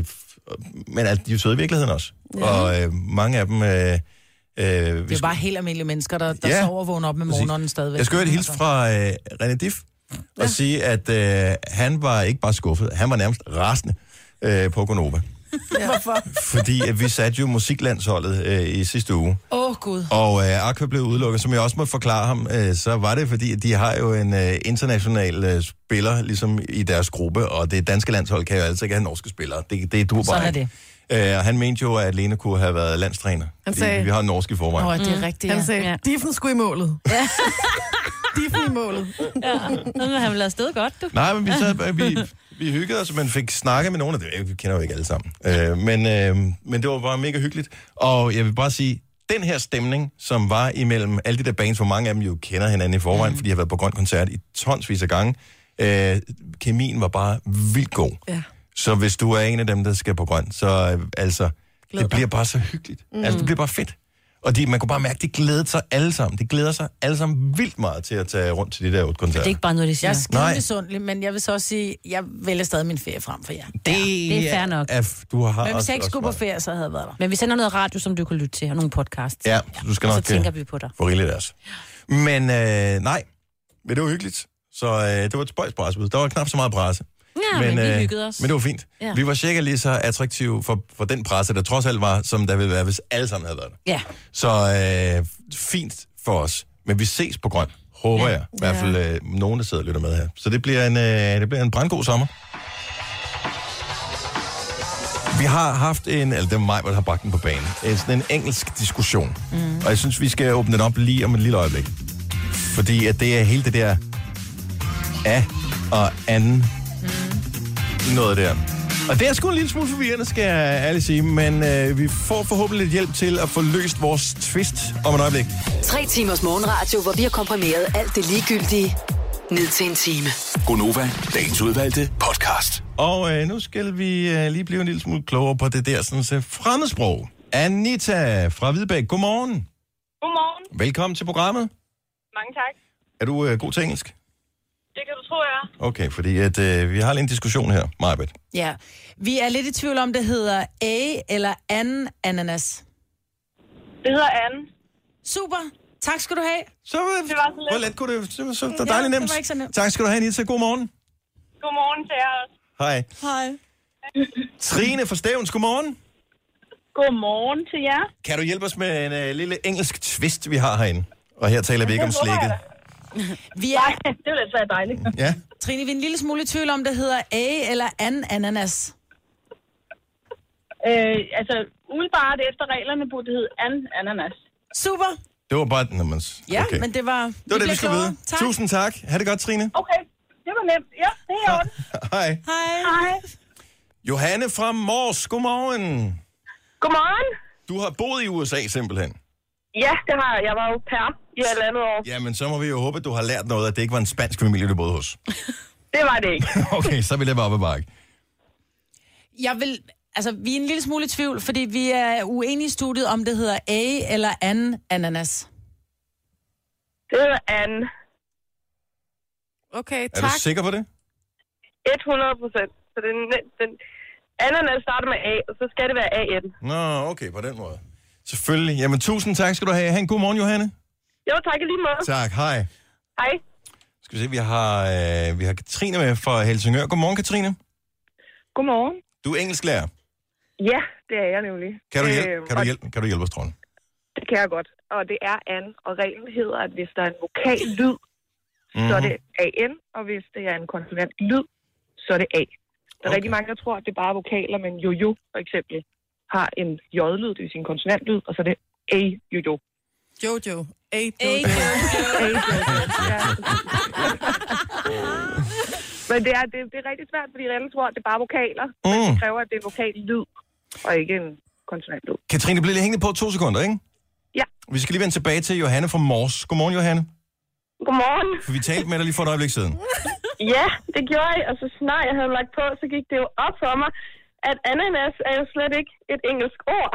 men at de er søde i virkeligheden også. Ja. Og uh, mange af dem... Uh, det er bare helt almindelige mennesker, der, der ja, sover og vågner op med morgenen stadigvæk. Jeg skal høre et hils fra uh, René Diff, og ja. sige, at øh, han var ikke bare skuffet, han var nærmest rasende øh, på Gonova. Ja. Hvorfor? Fordi at vi satte jo musiklandsholdet øh, i sidste uge. Åh, oh, Gud. Og øh, Aqua blev udelukket, som jeg også måtte forklare ham, øh, så var det, fordi de har jo en øh, international øh, spiller ligesom i deres gruppe, og det danske landshold kan jo altså ikke have norske spillere. Det, det er du bare. Sådan er det. Øh, han mente jo, at Lene kunne have været landstræner. Han sagde... Vi har en norsk i forvejen. Åh, oh, det er rigtigt, ja. Han sagde, ja. Diffen skulle i målet. Ja. Diffen i målet. Ja, men han ville have afsted godt, du. Nej, men vi sad, vi, Vi hyggede os, men fik snakket med nogle af dem. Vi kender jo ikke alle sammen. Øh, men, øh, men det var bare mega hyggeligt. Og jeg vil bare sige, den her stemning, som var imellem alle de der bands, hvor mange af dem jo kender hinanden i forvejen, mm. fordi de har været på Grøn Koncert i tonsvis af gange. Øh, kemien var bare vildt god. Ja. Så hvis du er en af dem, der skal på Grøn, så øh, altså, Glæd det bliver bare så hyggeligt. Mm. Altså, det bliver bare fedt. Og de, man kunne bare mærke, at de glæder sig alle sammen. De glæder sig alle sammen vildt meget til at tage rundt til de der otte koncerter. Det er ikke bare noget, de siger. Jeg er skide misundelig, men jeg vil så også sige, jeg vælger stadig min ferie frem for jer. Det, ja, det er fair nok. Er, du har men hvis jeg ikke skulle på ferie, så havde jeg været der. Men vi sender noget radio, som du kan lytte til, og nogle podcasts. Ja, du skal og nok så tænker vi på dig. Få rigeligt deres. Men øh, nej, men det var hyggeligt. Så øh, det var et spøjspresse. Der var knap så meget presse. Ja, men, men vi hyggede os. Men det var fint. Ja. Vi var cirka lige så attraktive for, for den presse, der trods alt var, som der ville være, hvis alle sammen havde været der. Ja. Så øh, fint for os. Men vi ses på Grøn, håber ja. jeg. I hvert fald øh, nogen, der sidder og lytter med her. Så det bliver en, øh, det bliver en brandgod sommer. Vi har haft en, eller det var mig, der har bragt den på banen, en, sådan en engelsk diskussion. Mm. Og jeg synes, vi skal åbne den op lige om et lille øjeblik. Fordi at det er hele det der af og anden mm. noget der. Og det er sgu en lille smule forvirrende, skal jeg ærligt sige, men øh, vi får forhåbentlig lidt hjælp til at få løst vores twist om et øjeblik. Tre timers morgenradio, hvor vi har komprimeret alt det ligegyldige ned til en time. Gonova, dagens udvalgte podcast. Og øh, nu skal vi øh, lige blive en lille smule klogere på det der sådan så fremmedsprog. Anita fra Hvidbæk, godmorgen. Godmorgen. Velkommen til programmet. Mange tak. Er du øh, god til engelsk? Det kan du tro, jeg er. Okay, fordi at, øh, vi har lige en diskussion her, Majbet. Ja, vi er lidt i tvivl om, det hedder A eller anden ananas. Det hedder anden. Super, tak skal du have. Så, øh, det var så let. Hvor let kunne det, det var så det var dejligt nemt. Ja, det var ikke så nemt. Tak skal du have, Anita. God morgen. Godmorgen til jer også. Hej. Hej. Trine fra Stævns, godmorgen. Godmorgen til jer. Kan du hjælpe os med en uh, lille engelsk twist, vi har herinde? Og her taler vi ikke om slikket. Vi er... Nej, det er lidt så dejligt. Ja. Trine, vi er en lille smule i tvivl om, det hedder A eller anden ananas. Øh, altså, umiddelbart efter reglerne burde det hedde anden ananas. Super. Det var bare... Nå, men, ja, okay. men det var... Det var det, vi skulle vide. Tak. Tusind tak. Ha' det godt, Trine. Okay, det var nemt. Ja, det er ordentligt. Hej. Hej. Hej. Johanne fra Mors, godmorgen. Godmorgen. Du har boet i U S A simpelthen. Ja, det har jeg. Jeg var jo per i halvandet år. Jamen, så må vi jo håbe, at du har lært noget, at det ikke var en spansk familie, du boede hos. Det var det ikke. Okay, så vil det være op ad bakke. Jeg vil... Altså, vi er en lille smule i tvivl, fordi vi er uenige i studiet, om det hedder A eller anden ananas. Det hedder anden. Okay, tak. Er du sikker på det? hundrede procent. Så den, den ananas starter med A, og så skal det være A et. Nå, okay, på den måde. Selvfølgelig. Jamen, tusind tak skal du have. Ha' en god morgen, Johanne. Jo, tak i lige måde. Tak, hej. Hej. Skal vi se, vi har, øh, vi har Katrine med fra Helsingør. Godmorgen, Katrine. Godmorgen. Du er engelsklærer. Ja, det er jeg nemlig. Kan du hjælpe, øh, kan du hjælpe, kan du hjælpe os, Trond? Det kan jeg godt. Og det er an, og reglen hedder, at hvis der er en vokal lyd, mm-hmm. så er det A N, og hvis det er en konsonant lyd, så er det A. Der er okay. rigtig mange, der tror, at det er bare vokaler, men jojo for eksempel har en J-lyd, det vil sige en konsonantlyd, og så er det A jojo. Jojo. A jojo. A jojo. Ja. Men det er, det, det er rigtig svært, fordi reelt tror, at det er bare vokaler. Mm. Men det kræver, at det er vokal lyd, og ikke en konsonantlyd. Katrine, bliver lige hængende på to sekunder, ikke? Ja. Vi skal lige vende tilbage til Johanne fra Mors. Godmorgen, Johanne. Godmorgen. For vi talte med dig lige for et øjeblik siden. Ja, det gjorde jeg, og så snart jeg havde lagt på, så gik det jo op for mig, at ananas er jo slet ikke et engelsk ord.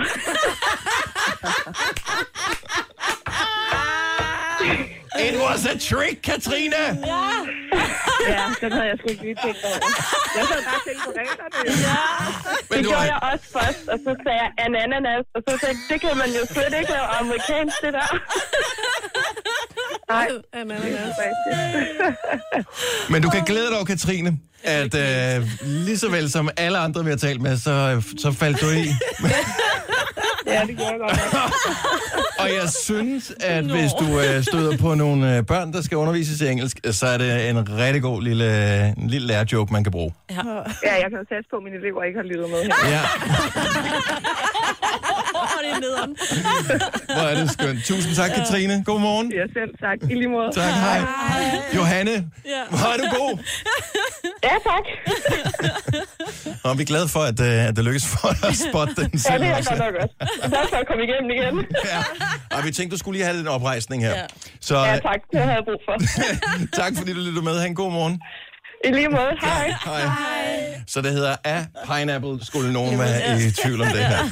It was a trick, Katrine! Ja. Ja, den havde jeg sgu ikke lige tænkt over. Jeg havde bare tænkt på reglerne. Ja. Det gjorde har... jeg også først, og så sagde jeg ananas, og så tænkte det kan man jo slet ikke lave amerikansk, det der. Nej, ananas faktisk. Men du kan glæde dig, Katrine, at øh, lige så vel som alle andre, vi har talt med, så, så faldt du i. Ja, det gjorde jeg godt. Og jeg synes, at Nå. hvis du øh, støder på nogle øh, børn, der skal undervises i engelsk, så er det en rigtig god lille, en lille lærerjoke, man kan bruge. Ja, ja jeg kan jo teste på, at mine elever ikke har lyttet med her. Ja. Det er nederen. Hvor er det skønt. Tusind tak, Katrine. God morgen. Ja, selv tak. I lige måde. Tak, hej. hej. Johanne, ja. Hvor er du god. Ja, tak. Og vi er glade for, at, uh, at det lykkes for dig at spotte den selv. Ja, det er jeg godt nok også. Tak for at komme igennem igen. Ja. Og vi tænkte, du skulle lige have lidt oprejsning her. Ja. Så, Ja, tak. Det havde jeg brug for. tak fordi du lyttede med. Ha' en god morgen. I lige måde. Hej. Hej. Hej. Så det hedder A Pineapple, skulle nogen være i tvivl om det her.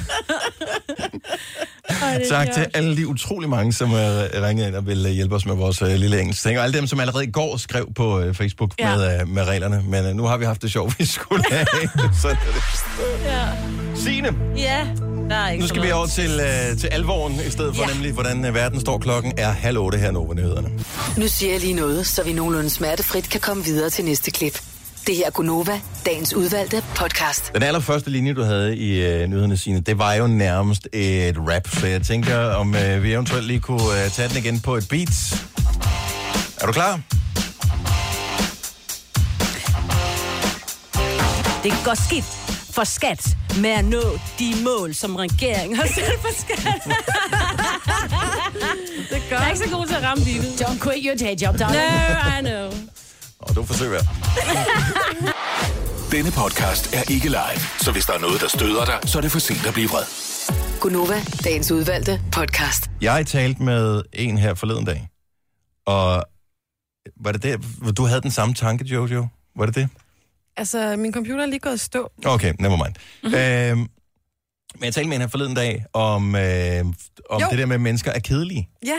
Tak til alle de utrolig mange, som har ringet ind og vil hjælpe os med vores uh, lille engelsk ting. Og alle dem, som allerede i går skrev på uh, Facebook ja. med, uh, med reglerne. Men uh, nu har vi haft det sjovt, vi skulle have. Sådan er det. Ja. Signe. Ja, der er ikke Nu skal vi over til, uh, til alvoren, i stedet for ja. nemlig, hvordan uh, verden står. Klokken er halv otte her over nyhederne. Nu siger jeg lige noget, så vi nogenlunde smertefrit kan komme videre til næste klip. Det her er Gunova, dagens udvalgte podcast. Den allerførste linje, du havde i øh, nyhederne, Signe, det var jo nærmest et rap, så jeg tænker, om øh, vi eventuelt lige kunne øh, tage den igen på et beat. Er du klar? Det går skidt for skat med at nå de mål, som regeringen har sat for skat. Det gør Jeg er ikke så god til at ramme beatet. Don't quit your day job, darling. No, I know. Og du forsøger. Denne podcast er ikke live, så hvis der er noget, der støder dig, så er det for sent at blive vred. Gunova, dagens udvalgte podcast. Jeg talte med en her forleden dag, og var det det, du havde den samme tanke, Jojo? Var det det? Altså, min computer er lige gået i stå. Okay, never mind. Mm-hmm. Øhm, men jeg talte med en her forleden dag om, øh, om det der med, at mennesker er kedelige. Ja.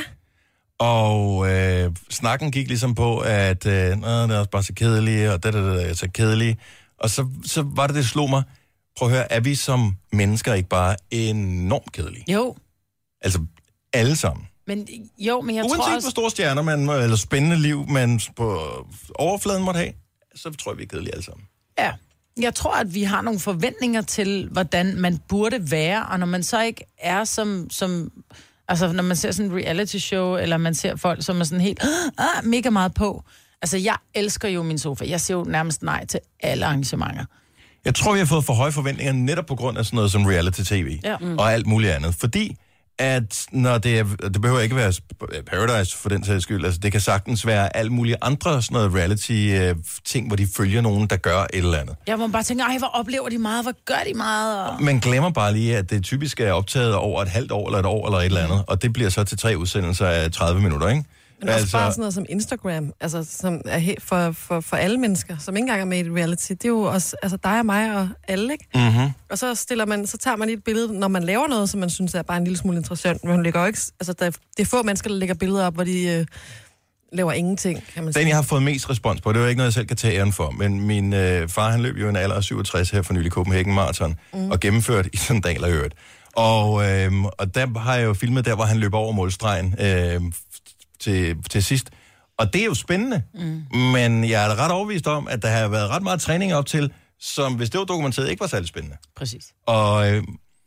Og øh, snakken gik ligesom på, at øh, det er også bare så kedelige, og det er så kedelige. Og så, så var det, det slog mig. Prøv at høre, er vi som mennesker ikke bare enormt kedelige? Jo. Altså, alle sammen. Men jo, men jeg Uanset tror også... også... hvor store stjerner man, eller spændende liv man på overfladen måtte have, så tror jeg, vi er kedelige alle sammen. Ja. Jeg tror, at vi har nogle forventninger til, hvordan man burde være, og når man så ikke er som... som altså, når man ser sådan en reality show, eller man ser folk, som er sådan helt ah, mega meget på. Altså, jeg elsker jo min sofa. Jeg siger jo nærmest nej til alle arrangementer. Jeg tror, vi har fået for høje forventninger netop på grund af sådan noget som reality-tv Ja. Mm. og alt muligt andet. Fordi at når det er, det behøver ikke være Paradise for den sags skyld, altså det kan sagtens være alt mulige andre sådan noget reality-ting, hvor de følger nogen, der gør et eller andet. Jeg må bare tænke, ej, hvor oplever de meget, hvor gør de meget? Og... Man glemmer bare lige, at det typisk er optaget over et halvt år eller et år eller et eller andet, og det bliver så til tre udsendelser af tredive minutter, ikke? Men også altså... bare sådan noget som Instagram, altså som er helt for, for, for alle mennesker, som ikke engang er med i reality. Det er jo også altså dig og mig og alle, ikke? Mm-hmm. Og så stiller man, så tager man lige et billede, når man laver noget, som man synes er bare en lille smule interessant. Men hun lægger jo ikke, altså der, det er få mennesker, der lægger billeder op, hvor de øh, laver ingenting, kan man sige. Den, jeg har fået mest respons på, det er jo ikke noget, jeg selv kan tage æren for, men min øh, far, han løb jo en alder af syvogtres her for nylig Copenhagen Marathon, mm. og gennemført i sandaler i øvrigt. Og, øh, og der har jeg jo filmet der, hvor han løb over målstregen øh, til, til sidst. Og det er jo spændende, mm. men jeg er ret overbevist om, at der har været ret meget træning op til, som hvis det var dokumenteret, ikke var særlig spændende. Præcis. Og, øh,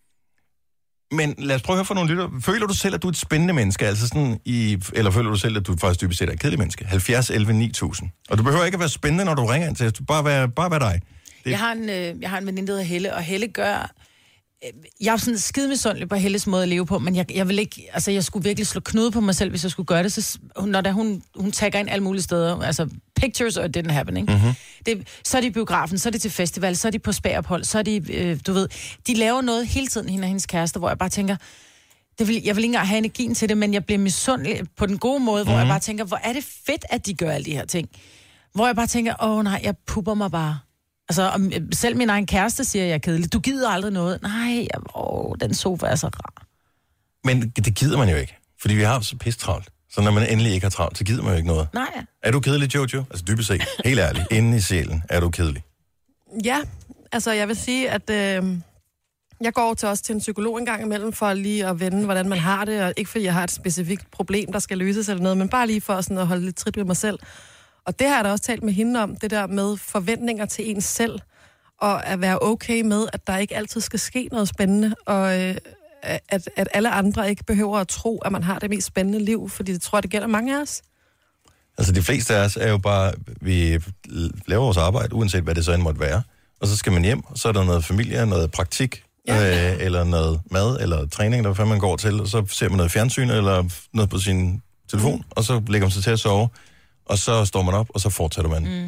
men lad os prøve at høre fra nogle lytter. Føler du selv, at du er et spændende menneske? Altså sådan i, eller føler du selv, at du faktisk dybest set er et kedeligt menneske? halvfjerds elleve ni tusind. Og du behøver ikke at være spændende, når du ringer ind til. Du bare være, bare være dig. Det... Jeg har en, øh, jeg har en veninde, der hedder Helle, og Helle gør... Jeg er sådan skide misundelig på Helles måde at leve på, men jeg, jeg vil ikke, altså jeg skulle virkelig slå knude på mig selv, hvis jeg skulle gøre det, så når der, hun, hun tagger ind alle mulige steder, altså pictures or it didn't happen, ikke? Mm-hmm. Det, så er de i biografen, så er de til festival, så er de på spagophold, så er de, øh, du ved, de laver noget hele tiden, hende og hendes kæreste, hvor jeg bare tænker, det vil, jeg vil ikke engang have energien til det, men jeg bliver misundelig på den gode måde, hvor mm-hmm. jeg bare tænker, hvor er det fedt, at de gør alle de her ting. Hvor jeg bare tænker, åh nej, jeg pupper mig bare. Altså, om, selv min egen kæreste siger, at jeg er kedelig. Du gider aldrig noget. Nej, jeg, åh, den sofa er så rar. Men det gider man jo ikke, fordi vi har så pisse travlt. Så når man endelig ikke har travlt, så gider man jo ikke noget. Nej. Er du kedelig, Jojo? Altså dybest set, helt ærligt, inde i sjælen, er du kedelig? Ja, altså jeg vil sige, at øh, jeg går til også til en psykolog en gang imellem, for lige at vende, hvordan man har det, og ikke fordi jeg har et specifikt problem, der skal løses eller noget, men bare lige for sådan at holde lidt trit med mig selv. Og det har jeg da også talt med hende om, det der med forventninger til ens selv, og at være okay med, at der ikke altid skal ske noget spændende, og øh, at, at alle andre ikke behøver at tro, at man har det mest spændende liv, fordi det tror jeg, det gælder mange af os. Altså de fleste af os er jo bare, vi laver vores arbejde, uanset hvad det så end måtte være, og så skal man hjem, og så er der noget familie, noget praktik, ja. øh, eller noget mad, eller træning, eller hvad man går til, og så ser man noget fjernsyn, eller noget på sin telefon, mm. og så lægger man sig til at sove, og så står man op, og så fortsætter man. Mm.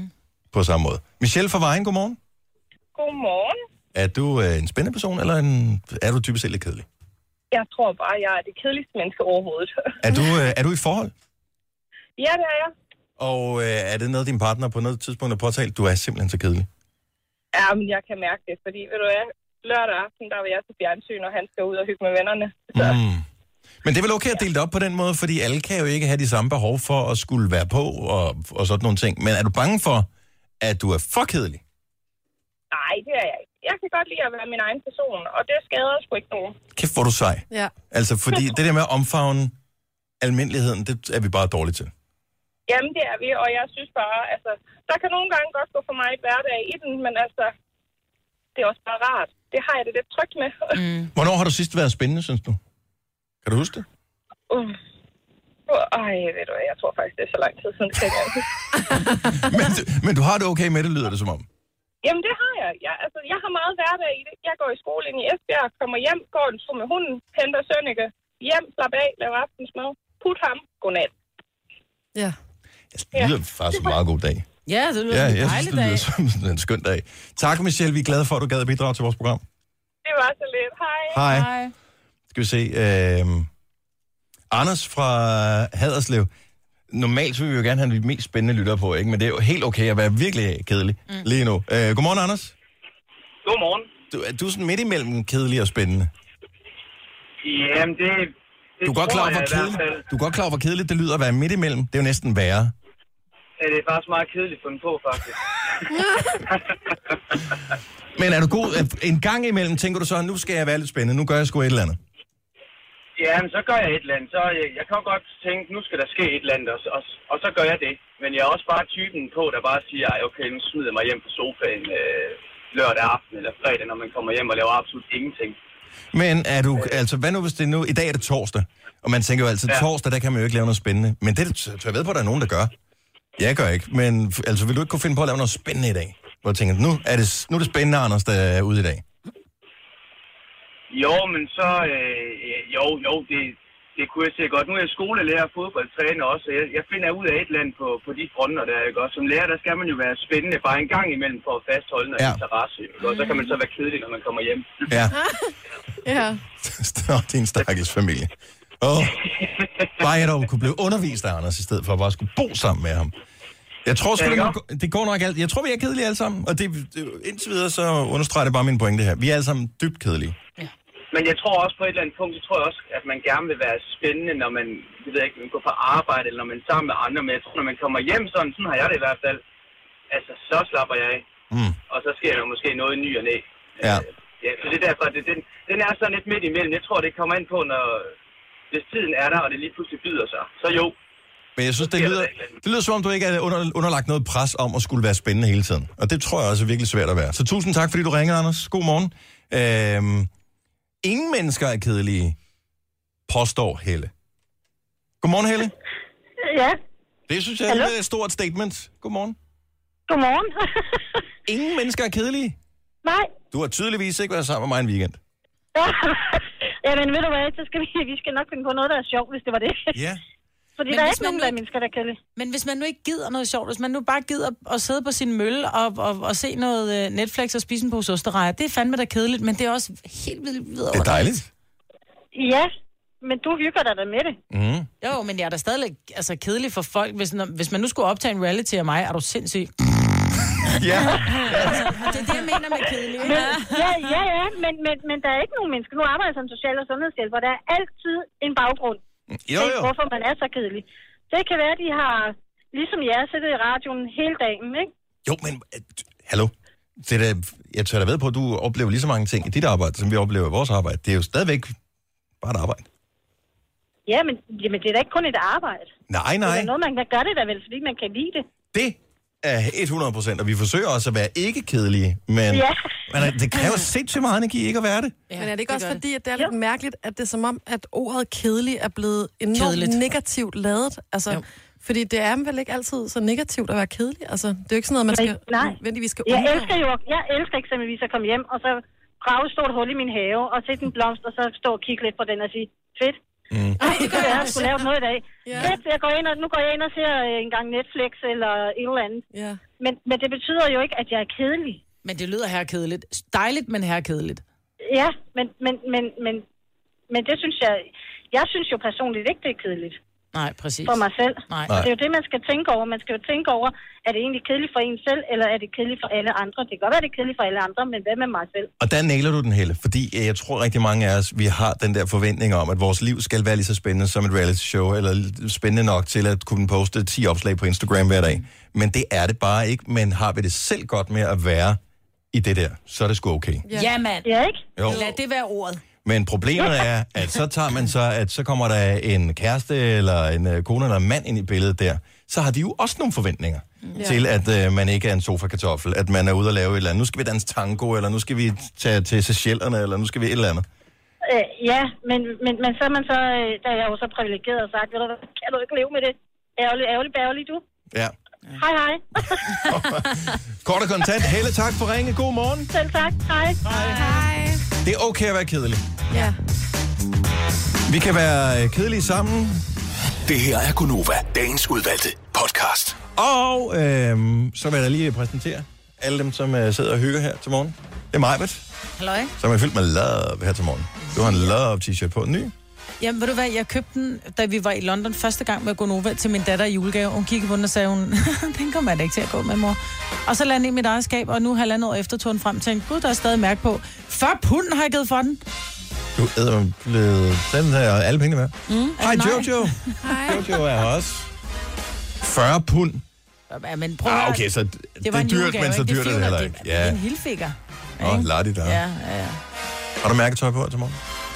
på samme måde. Michelle fra Vejen, godmorgen. Godmorgen. Er du øh, en spændende person, eller en, er du typisk lidt kedelig? Jeg tror bare, jeg er det kedeligste menneske overhovedet. Er du, øh, er du i forhold? Ja, det er jeg. Og øh, er det noget, din partner på noget tidspunkt har påtalt? Du er simpelthen så kedelig. Ja, men jeg kan mærke det, fordi ved du hvad, lørdag aften, der var jeg til fjernsyn, og han skal ud og hygge med vennerne. Så. Mm. Men det er vel okay at dele det op på den måde, fordi alle kan jo ikke have de samme behov for at skulle være på og, og sådan nogle ting. Men er du bange for, at du er for kedelig? Nej, det er jeg ikke. Jeg kan godt lide at være min egen person, og det skader sgu ikke nogen. Kæft, hvor du sej. Ja. Altså, fordi det der med at omfavne almindeligheden, det er vi bare dårlige til. Jamen, det er vi, og jeg synes bare, altså, der kan nogle gange godt gå for mig et hverdag i den, men altså, det er også bare rart. Det har jeg det lidt trygt med. Mm. Hvornår har du sidst været spændende, synes du? Kan du huske det? Uh. Ej, ved du hvad, jeg tror faktisk, det er så lang tid siden, det jeg men, men du har det okay med det, lyder det som om? Jamen, det har jeg. jeg. Altså, jeg har meget hverdag i det. Jeg går i skole ind i Esbjerg, kommer hjem, går en tur med hunden, henter Sønneke, hjem, slap af, laver aftensmad, put ham, godnat. Ja. Altså, det lyder ja. faktisk en meget god dag. Ja, det lyder Ja, som en jeg dejlig synes, det lyder som en skøn dag. Tak, Michelle. Vi er glade for, at du gad at bidrage til vores program. Det var så lidt. Hej. Hej. Hej. Skal vi se. Øh, Anders fra Haderslev. Normalt så vil vi jo gerne have de mest spændende lyttere på, ikke? Men det er jo helt okay at være virkelig kedelig mm. lige nu. Øh, godmorgen, Anders. Godmorgen. Du, er du sådan midt imellem kedelig og spændende? Jamen, det, det du er godt klar over, hvor kedeligt, du er godt klar over, hvor kedeligt det lyder at være midt imellem. Det er jo næsten værre. Ja, det er faktisk meget kedeligt fundet på, faktisk. Men er du god? En gang imellem tænker du så, nu skal jeg være lidt spændende. Nu gør jeg sgu et eller andet. Ja, men så gør jeg et eller andet. Så jeg, jeg kan godt tænke, nu skal der ske et eller andet, og, og, og så gør jeg det. Men jeg er også bare typen på, der bare siger, okay, nu smider jeg mig hjem på sofaen øh, lørdag aften eller fredag, når man kommer hjem og laver absolut ingenting. Men er du, altså hvad nu hvis det nu, i dag er det torsdag, og man tænker jo altid, ja. torsdag, der kan man jo ikke lave noget spændende. Men det, så jeg ved på, at der er nogen, der gør. Jeg gør ikke, men altså vil du ikke kunne finde på at lave noget spændende i dag? Hvor jeg tænker, nu er det, nu er det spændende, Anders, der er ude i dag. Jo, men så, øh, jo, jo, det, det kunne jeg se godt. Nu er jeg skolelærer og fodboldtræner også, og jeg, jeg finder ud af et eller andet på, på de fronter der, ikke? Og som lærer, der skal man jo være spændende bare en gang imellem for at fastholde noget ja. interesse, ikke? Og så kan man så være kedelig, når man kommer hjem. Ja. Ja. Din stakkels familie. Oh. Bare jeg dog kunne blive undervist af Anders, i stedet for at bare skulle bo sammen med ham. Jeg tror sgu, det, går, det går nok alt. Jeg tror, vi er kedelige alle sammen, og det, det, indtil videre, så understreger det bare min pointe her. Vi er alle sammen dybt kedelige. Ja. Men jeg tror også på et eller andet punkt, så tror jeg også, at man gerne vil være spændende, når man, jeg ved ikke, man går på arbejde, eller når man er sammen med andre. Men jeg tror, når man kommer hjem sådan, sådan har jeg det i hvert fald, altså, så slapper jeg af. Mm. Og så sker der måske noget ny og næ. Ja. Ja, så det er derfor, det, den, den er sådan lidt midt imellem. Jeg tror, det kommer ind på, når hvis tiden er der, og det lige pludselig byder sig. Så jo. Men jeg synes, det lyder, det lyder som om, du ikke er under, underlagt noget pres om at skulle være spændende hele tiden. Og det tror jeg også er virkelig svært at være. Så tusind tak, fordi du ringede, Anders. God morgen. Øhm, ingen mennesker er kedelige, påstår Helle. Godmorgen, Helle. Ja. Det synes jeg Hallo? er et stort statement. Godmorgen. Godmorgen. Ingen mennesker er kedelige? Nej. Du har tydeligvis ikke været sammen med mig en weekend. Ja, men ved du hvad, så skal vi, vi skal nok finde på noget, der er sjovt, hvis det var det. Ja. Fordi men der er ikke nogen, der er mennesker, der er kedelige. Men hvis man nu ikke gider noget sjovt, hvis man nu bare gider at sidde på sin mølle og, og, og se noget Netflix og spise en pose osterejer, det er fandme da kedeligt, men det er også helt vildt videre. Det er dejligt. Ja, men du hygger dig da med det. Mm. Jo, men jeg er da stadig altså, kedelig for folk. Hvis, når, hvis man nu skulle optage en reality af mig, er du sindssyg. Ja. Altså, det er det, jeg mener med kedelig. Men, ja, ja, ja, men, men, men der er ikke nogen mennesker. Nu arbejder jeg som social- og sundhedshjælper. Der er altid en baggrund. Jo, jo. Hvorfor man er så kedelig. Det kan være, at de har, ligesom jer, siddet i radioen hele dagen, ikke? Jo, men, uh, hallo. Det der, jeg tør da ved på, at du oplever lige så mange ting i dit arbejde, som vi oplever i vores arbejde. Det er jo stadigvæk bare et arbejde. Ja, men jamen, det er da ikke kun et arbejde. Nej, nej. Det er noget, man kan gøre det da vel, fordi man kan lide det. Det er hundrede procent, og vi forsøger også at være ikke kedelige, men, ja. men det kræver sindssygt meget energi ikke at være det. Ja, men er det ikke det også fordi, at det er lidt jo. mærkeligt, at det er som om, at ordet kedelig er blevet enormt Kedeligt. negativt ladet? Altså, jo. fordi det er vel ikke altid så negativt at være kedelig? Altså, det er jo ikke sådan noget, man skal, Nej. nødvendigvis skal jeg elsker jo, jeg elsker eksempelvis at komme hjem, og så grave et stort hul i min have, og sætte en blomst, og så stå og kigge lidt på den og sige, fedt. Mm. Nej, det gør jeg. Jeg skulle lave noget i dag. Ja. Fedt, jeg går ind og, nu går jeg ind og ser øh, en gang Netflix eller et eller andet. Ja. Men, men det betyder jo ikke, at jeg er kedelig. Men det lyder herrekedeligt. Dejligt, men herrekedeligt. Ja, men, men, men, men, men det synes jeg... Jeg synes jo personligt ikke, det er kedeligt. Nej, præcis. For mig selv. Nej. Og det er jo det, man skal tænke over. Man skal jo tænke over, er det egentlig kedeligt for en selv, eller er det kedeligt for alle andre? Det kan godt være, det er kedeligt for alle andre, men hvad med mig selv? Og der nailer du den, Helle, fordi jeg tror rigtig mange af os, vi har den der forventning om, at vores liv skal være lige så spændende som et reality show, eller spændende nok til at kunne poste ti opslag på Instagram hver dag. Men det er det bare ikke, men har vi det selv godt med at være i det der, så er det sgu okay. Ja, ja mand. Ja, ikke? Jo. Lad det være ordet. Men problemet er, at så tager man så, at så kommer der en kæreste, eller en uh, kone, eller en mand ind i billedet der. Så har de jo også nogle forventninger ja. til, at uh, man ikke er en sofa-kartoffel, at man er ude og lave et eller andet. Nu skal vi danse tango, eller nu skal vi tage til Seychellerne, eller nu skal vi et eller andet. Øh, ja, men, men, men så er man så, øh, der er jeg jo så privilegeret og sagt, ved du hvad, kan du ikke leve med det? Ærgerlig, ærgerlig, bærgerlig, du. Ja. Hej, hej. Kort og kontant. Helle, tak for ringe. God morgen. Selv tak. Hej. Hej. Hej. Det er okay at være kedelig. Ja. Vi kan være kedelige sammen. Det her er Gunova, dagens udvalgte podcast. Og øhm, så vil jeg da lige præsentere alle dem, som uh, sidder og hygger her til morgen. Det er Majbert, Halløj. som er fyldt med love her til morgen. Du har en love t-shirt på, en ny. Jamen, ved du hvad, jeg købte den, da vi var i London første gang med Gonova til min datter i julegave. Hun kiggede på den og sagde, hun, den kommer jeg da ikke til at gå med, mor. Og så landede jeg i mit eget skab, og nu halvandet år efter tog den frem og tænkte, gud, der er stadig mærke på. fyrre pund har jeg givet for den. Du æder blevet den her alle pengene med. Mm, Hej nej. Jojo. Hej. Jojo er her også. fyrre pund. Ja, men prøv Ah, at- okay, så det, det det var er en dyrt, julegave, men så ikke? dyrt er det fire heller hundrede, ikke. Det er Ja. en hilfiger. Åh, lad det der. Ja, ja, ja. Har du mærketøj på til morgen?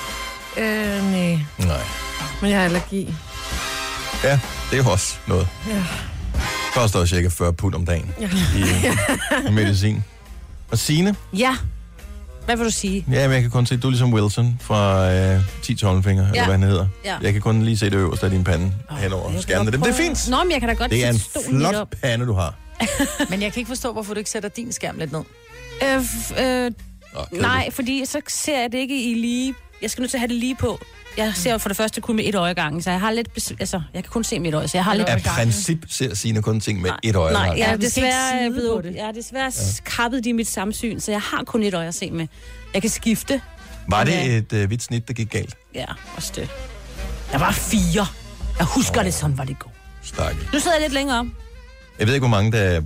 Øh, nej. Nej. Men jeg har allergi. Ja, det er jo også noget. Ja. Koster også cirka fyrre pund om dagen Ja. i, i medicin. Og Signe? Ja. Hvad vil du sige? Ja, men jeg kan kun se, du er ligesom Wilson fra øh, ti tommelfingre, ja. eller hvad han hedder. Ja. Jeg kan kun lige se det øverste af din pande Åh, hen over jeg skærmen. kan Det, godt det er fint. Nå, men jeg kan da godt Det er en sætte stolen lidt flot op. pande, du har. Men jeg kan ikke forstå, hvorfor du ikke sætter din skærm lidt ned. Øh, f- øh, Nå, nej, fordi så ser jeg det ikke i lige... Jeg skal nødt til at have det lige på. Jeg ser jo for det første kun med et øje gangen, så jeg har lidt... Bes- altså, jeg kan kun se med et øje, så jeg har lidt... Af princip ser Signe kun ting med Nej, et øje. Nej, Nej, jeg er Ja, vi skal ikke desværre, side blevet, på det. jeg er desværre ja. kappet i mit samsyn, så jeg har kun et øje at se med. Jeg kan skifte. Var det Okay. et øh, hvidt snit, der gik galt? Ja, også det. Der var fire. Jeg husker oh. det, sådan var det går. Stakkels. Nu sidder jeg lidt længere op. Jeg ved ikke, hvor mange der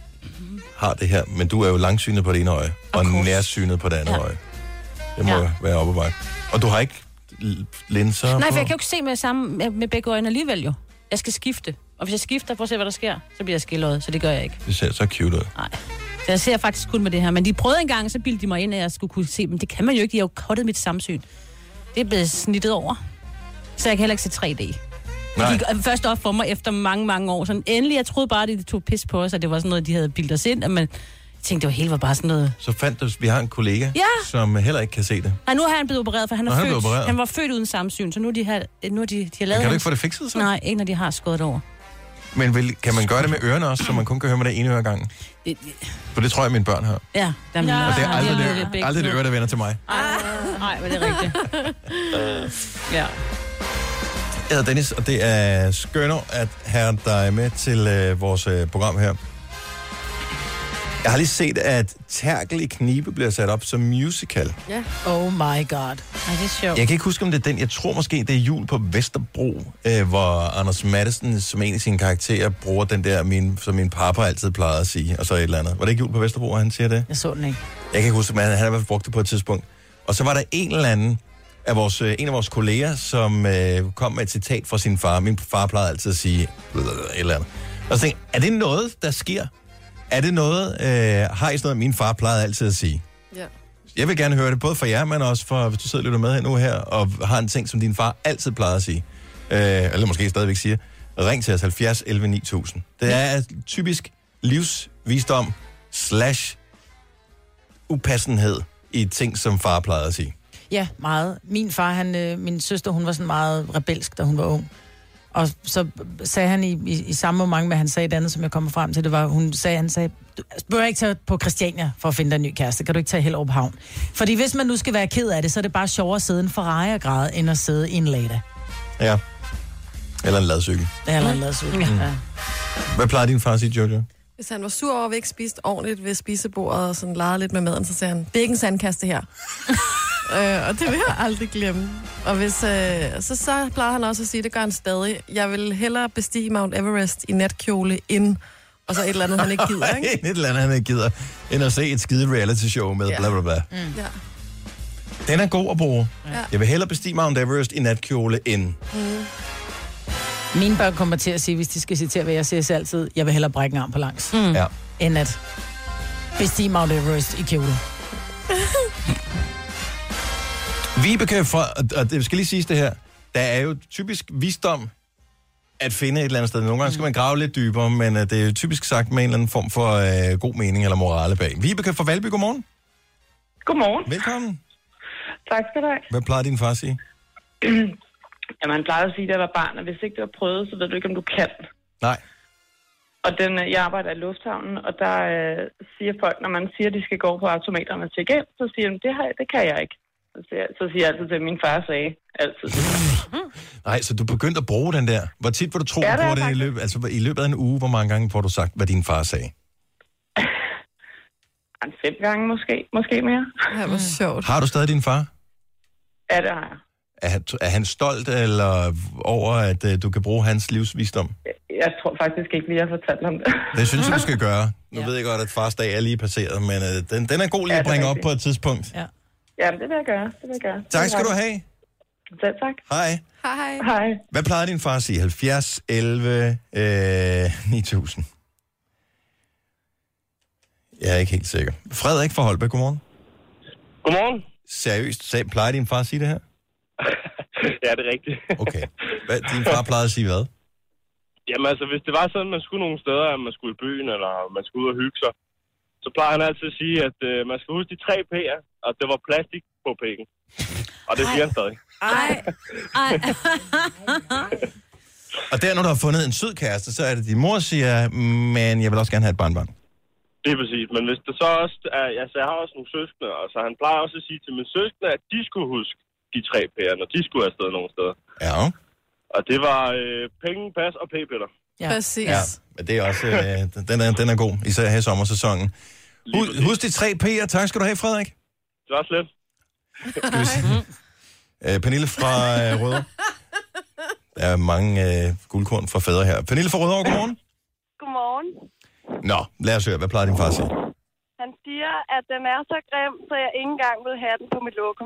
har det her, men du er jo langsynet på det ene øje, og course. nærsynet på det andet Ja. øje. Det må Ja. ja. være op ad bakke. Og du har ikke l- linser Nej, på? for jeg kan jo ikke se med, sammen, med, med begge øjne alligevel jo. Jeg skal skifte. Og hvis jeg skifter, prøv at se, hvad der sker, så bliver jeg skilløjet, så det gør jeg ikke. Det ser så cute ud. Nej. Så jeg ser faktisk kun med det her. Men de prøvede engang, så bildte de mig ind, at jeg skulle kunne se dem. Det kan man jo ikke, de har jo kottet mit samsyn. Det er blevet snittet over. Så jeg kan heller ikke se tre D. Nej. Det gik først op for mig efter mange, mange år. Sådan, endelig, jeg troede bare, at de tog pis på os, og det var sådan noget, de havde bildet os ind. Men jeg tænkte, det var hele var bare sådan noget... Så fandt du, vi har en kollega, Ja. som heller ikke kan se det. Nej, nu er han blevet opereret, for han, er Nå, han er født, blevet opereret. han var født uden samsyn, så nu er de, her, nu er de, de har lavet... Men kan du hans- ikke få det fikset så? Nej, ikke når de har skåret over. Men vil, kan man gøre det med ørerne også, så man kun kan høre med det ene øre ad gangen? Det- For det tror jeg, mine børn har. Ja, jamen, Ja. Og det er de aldrig, har det, begge aldrig det to. øre, der vender til mig. Nej, men det er rigtigt. Ja. Jeg hedder Dennis, og det er skønner at have dig med til øh, vores øh, program her. Jeg har lige set, at Terkel i Knibe bliver sat op som musical. Ja. Oh my god. Ej, det er sjovt. Jeg kan ikke huske, om det er den. Jeg tror måske, det er Jul på Vesterbro, øh, hvor Anders Madsen, som en af sine karakterer, bruger den der, min, som min pappa altid plejede at sige, og så et eller andet. Var det ikke Jul på Vesterbro, han siger det? Jeg så den ikke. Jeg kan ikke huske, men han har i hvert fald brugt det på et tidspunkt. Og så var der en eller anden af vores, øh, en af vores kolleger, som øh, kom med et citat fra sin far. Min far plejede altid at sige et eller andet. Og så tænkte jeg, er det noget, der sker? Er det noget, øh, har I sådan noget, min far plejede altid at sige? Ja. Jeg vil gerne høre det, både for jer, men også for, hvis du sidder og lytter med her nu her, og har en ting, som din far altid plejede at sige. Øh, eller måske stadigvæk siger. Ring til os halvfjerds elleve ni tusind. Det er typisk livsvisdom slash upassenhed i ting, som far plejede at sige. Ja, meget. Min far, han, øh, min søster, hun var sådan meget rebelsk, da hun var ung. Og så sagde han i, i, i samme moment, med han sagde det andet, som jeg kommer frem til, det var, hun sagde, han sagde, du bør ikke tage på Christiania for at finde dig en ny kæreste. Kan du ikke tage Hellerup Havn? Fordi hvis man nu skal være ked af det, så er det bare sjovere at sidde i en Ferrari og græde, end at sidde i en Lada. Ja. Eller en ladcykel. Ja, eller en ladcykel. Mm. Ja. Hvad plejer din far at sige, Jojo? Hvis han var sur over, at vi ikke spiste ordentligt ved spisebordet og sådan legede lidt med maden, så sagde han, det er ikke en sandkasse her. øh, og det vil jeg aldrig glemme. Og hvis, øh, så, så plejer han også at sige, det gør han stadig, jeg vil hellere bestige Mount Everest i natkjole ind, og så et eller andet, han ikke gider, ikke? et eller andet, han ikke gider, end at se et skide reality show med ja. bla bla bla. Mm. Ja. Den er god at bruge. Ja. Jeg vil hellere bestige Mount Everest i natkjole end... Mm. Mine børn kommer til at sige, hvis de skal citere, hvad jeg siger så altid, jeg vil hellere brække en arm på langs, mm. ja. end at bestige Mount Everest i kjole. Vibeke, fra, og det skal lige siges det her, der er jo typisk visdom at finde et eller andet sted. Nogle gange skal man grave lidt dybere, men det er jo typisk sagt med en eller anden form for øh, god mening eller morale bag. Vibeke fra Valby, godmorgen. Godmorgen. Velkommen. Tak skal du have. Hvad plejer din far at sige? Jamen, han plejer at sige, at jeg var barn, og hvis ikke det var prøvet, så ved du ikke, om du kan. Nej. Og den, jeg arbejder i lufthavnen, og der øh, siger folk, når man siger, at de skal gå på automaterne og tjekke ind, så siger de, det, har jeg, det kan jeg ikke. Så siger, så siger jeg altid til, at min far sagde altid. Nej, så du begyndte at bruge den der. Hvor tit var du tro ja, på det i løbet, altså i løbet af en uge, hvor mange gange får du sagt, hvad din far sagde? Fem gange måske, måske mere. Det var sjovt. Har du stadig din far? Ja, det har jeg. Er han, er han stolt eller over, at uh, du kan bruge hans livsvisdom? Jeg, jeg tror faktisk ikke, vi har fortalt ham det. Det synes jeg, du skal gøre. Nu ja. ved jeg godt, at fars dag er lige passeret, men uh, den, den er god lige ja, at bringe op på et tidspunkt. Ja. Jamen, det vil jeg gøre. Det vil jeg gøre. Tak skal du have. Selv tak. Hej. Hej. Hej. Hvad plejede din far at sige? halvfjerds elleve ni tusind. Jeg er ikke helt sikker. Frederik fra Holbæk, godmorgen. Godmorgen. Seriøst, sag, plejer din far at sige det her? Ja, det er rigtigt. Okay. Hvad, din far plejede at sige hvad? Jamen altså, hvis det var sådan, man skulle nogle steder, at man skulle i byen, eller man skulle ud og hygge sig, så plejer han altid at sige, at øh, man skal huske de tre P'er, og det var plastik på pækken. Og det siger han stadig. Ej. Ej. Og der, når du har fundet en sød kæreste, så er det, din mor siger, men jeg vil også gerne have et barnbarn. Det er præcis, men hvis det så også er, altså jeg har også nogle søskende, og så han plejer også at sige til mine søskende, at de skulle huske de tre P'er, når de skulle afsted nogle steder. Ja. Og det var øh, penge, pas og p-piller. Ja. Præcis. Ja, men det er også, øh, den, er, den er god, især her i sommersæsonen. Husk, husk de tre P'er. Tak skal du have, Frederik. Det var slet. Skal vi se. Øh, Pernille fra øh, Rødovre. Der er mange øh, guldkorn fra fædre her. Pernille fra Rødovre, godmorgen. Godmorgen. Nå, lad os høre. Hvad plejer din far at sige? Han siger, at den er så grim, så jeg ikke engang vil have den på mit lokum.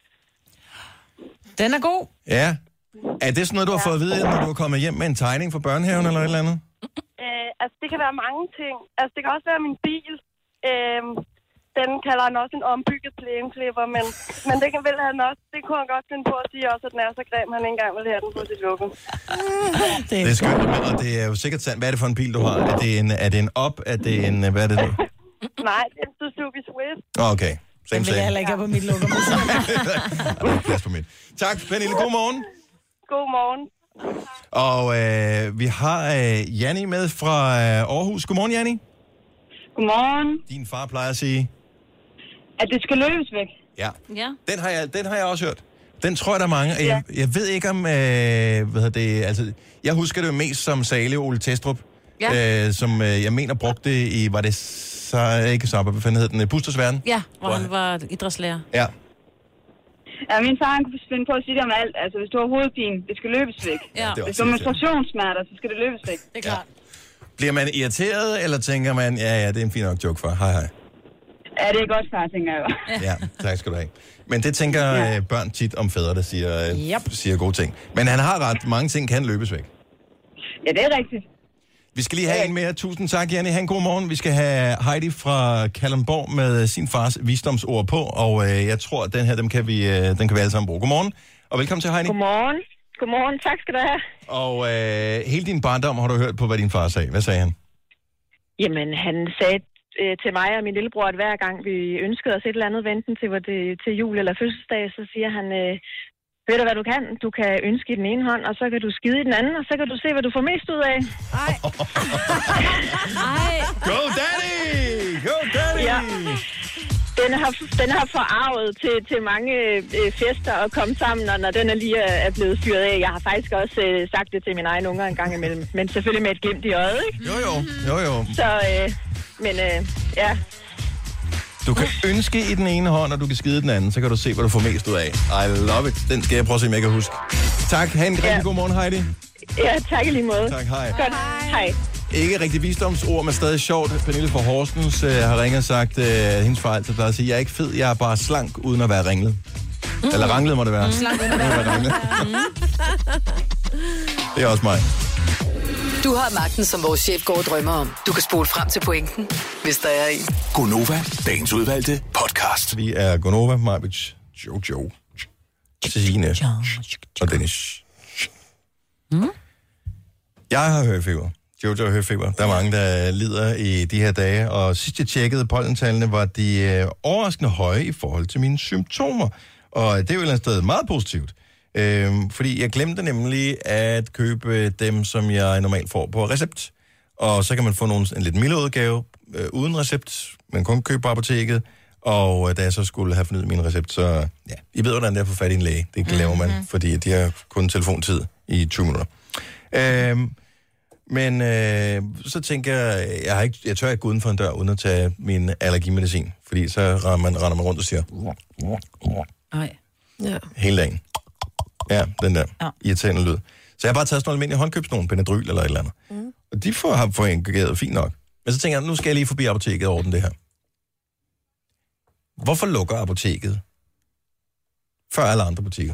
Den er god. Ja. Er det sådan noget, du har fået at vide, når du er kommet hjem med en tegning fra børnehaven eller et eller andet? Øh, altså, det kan være mange ting. Altså, det kan også være min bil. Øh, den kalder han også en ombygget plæneklipper, men, men det kan vel han også. Det kunne han godt finde på at sige også, at den er så grim, han ikke engang vil have den på sit lokum. Det er skønt, og det er jo sikkert sandt. Hvad er det for en bil, du har? Er det en, er det en op? Er det en... Hvad er det nu? Nej, det er en Suzuki Swift. Okay. Den vil jeg heller ikke have på mit lokum. Der er plads på mit. Tak, Pernille. God morgen. God morgen. Og øh, vi har øh, Janni med fra øh, Aarhus. Godmorgen, Janni. Godmorgen. Din far plejer at sige... At det skal løbes væk. Ja. Ja. Den har jeg, den har jeg også hørt. Den tror jeg, der er mange. Ja. Jeg, jeg ved ikke om... Øh, hvad hedder det... Altså, jeg husker det jo mest som Sale Ole Testrup. Ja. Øh, som øh, jeg mener brugte det i... Var det så ikke så... Hvad fanden hed den? Busters Verden? Ja, hvor, hvor han var idrætslærer. Ja. Ja, min far kunne finde på at sige det om alt. Altså, hvis du har hovedpine, det skal løbes væk. Ja. Hvis du har menstruationssmerter, så skal det løbes væk. Det er klart. Ja. Bliver man irriteret, eller tænker man, ja, ja, det er en fin nok joke for. Hej, hej. Ja, det er godt, far, tænker jeg jo. Ja, tak skal du have. Men det tænker ja. børn tit om fædre, der siger, yep. siger gode ting. Men han har ret. Mange ting kan løbes væk. Ja, det er rigtigt. Vi skal lige have en mere. Tusind tak, Janni. Ha' en god morgen. Vi skal have Heidi fra Kalundborg med sin fars visdomsord på, og øh, jeg tror, at den her, dem kan vi, øh, den kan vi alle sammen bruge. Godmorgen, og velkommen til, Heidi. Godmorgen. Godmorgen. Tak skal du have. Og øh, hele din barndom har du hørt på, hvad din far sagde. Hvad sagde han? Jamen, han sagde øh, til mig og min lillebror, at hver gang vi ønskede os et eller andet, venten til, det, til jul eller fødselsdag, så siger han... Øh, Ved du, hvad du kan? Du kan ønske i den ene hånd, og så kan du skide i den anden, og så kan du se, hvad du får mest ud af. Ej. Ej. Go daddy! Go daddy! Ja. den har, den har forarvet til, til mange øh, fester at komme sammen, og når den er lige er blevet fyret af. Jeg har faktisk også øh, sagt det til mine egne unger en gang imellem, men selvfølgelig med et glimt i øjet, ikke? Jo, jo, jo, jo. Så, øh, men øh, ja... Du kan ønske i den ene hånd, og du kan skide i den anden, så kan du se, hvad du får mest ud af. I love it. Den skal jeg prøve at se, om jeg kan huske. Tak. Ha' en rigtig ja. god morgen, Heidi. Ja, tak i lige måde. Tak, hej. Godt, hej. Ikke rigtig visdomsord, men stadig sjovt. Pernille fra Horsens øh, har ringet og sagt, at øh, hendes far altid plejer at sige, jeg er ikke fed, jeg er bare slank, uden at være ringlet. Mm. Eller ranglet må det være. Mm. Slank uden at være ringlet. Det er også mig. Du har magten, som vores chef går og drømmer om. Du kan spole frem til pointen, hvis der er en. Gonova, dagens udvalgte podcast. Vi er Gonova, Marbich, Jojo, Signe og Dennis. Mm. Jeg har høfeber. Jojo har høfeber. Der er mange, der lider i de her dage, og sidst jeg tjekkede pollentallene, var de øh, overraskende høje i forhold til mine symptomer. Og det er jo et eller andet sted meget positivt. Øhm, fordi jeg glemte nemlig at købe dem, som jeg normalt får på recept. Og så kan man få nogle, en lidt mildere udgave øh, uden recept. Man kun købe på apoteket. Og øh, da jeg så skulle have fornyet min recept, så ja, I ved, hvordan det er at få fat i en læge. Det glemmer man, mm-hmm. fordi de har kun telefontid i tyve minutter. Øhm, men øh, så tænker jeg, jeg, har ikke, jeg tør ikke gå uden for en dør, uden at tage min allergimedicin. Fordi så render man, render man rundt og siger... Nej. Ja. Hele dagen. Ja, den der ja. irriterende lyd. Så jeg har bare taget sådan nogle almindelige håndkøbsnogen, Benadryl eller et eller andet. Mm. Og de får, har fungeret fint nok. Men så tænker jeg, nu skal jeg lige forbi apoteket og ordne det her. Hvorfor lukker apoteket før alle andre butikker?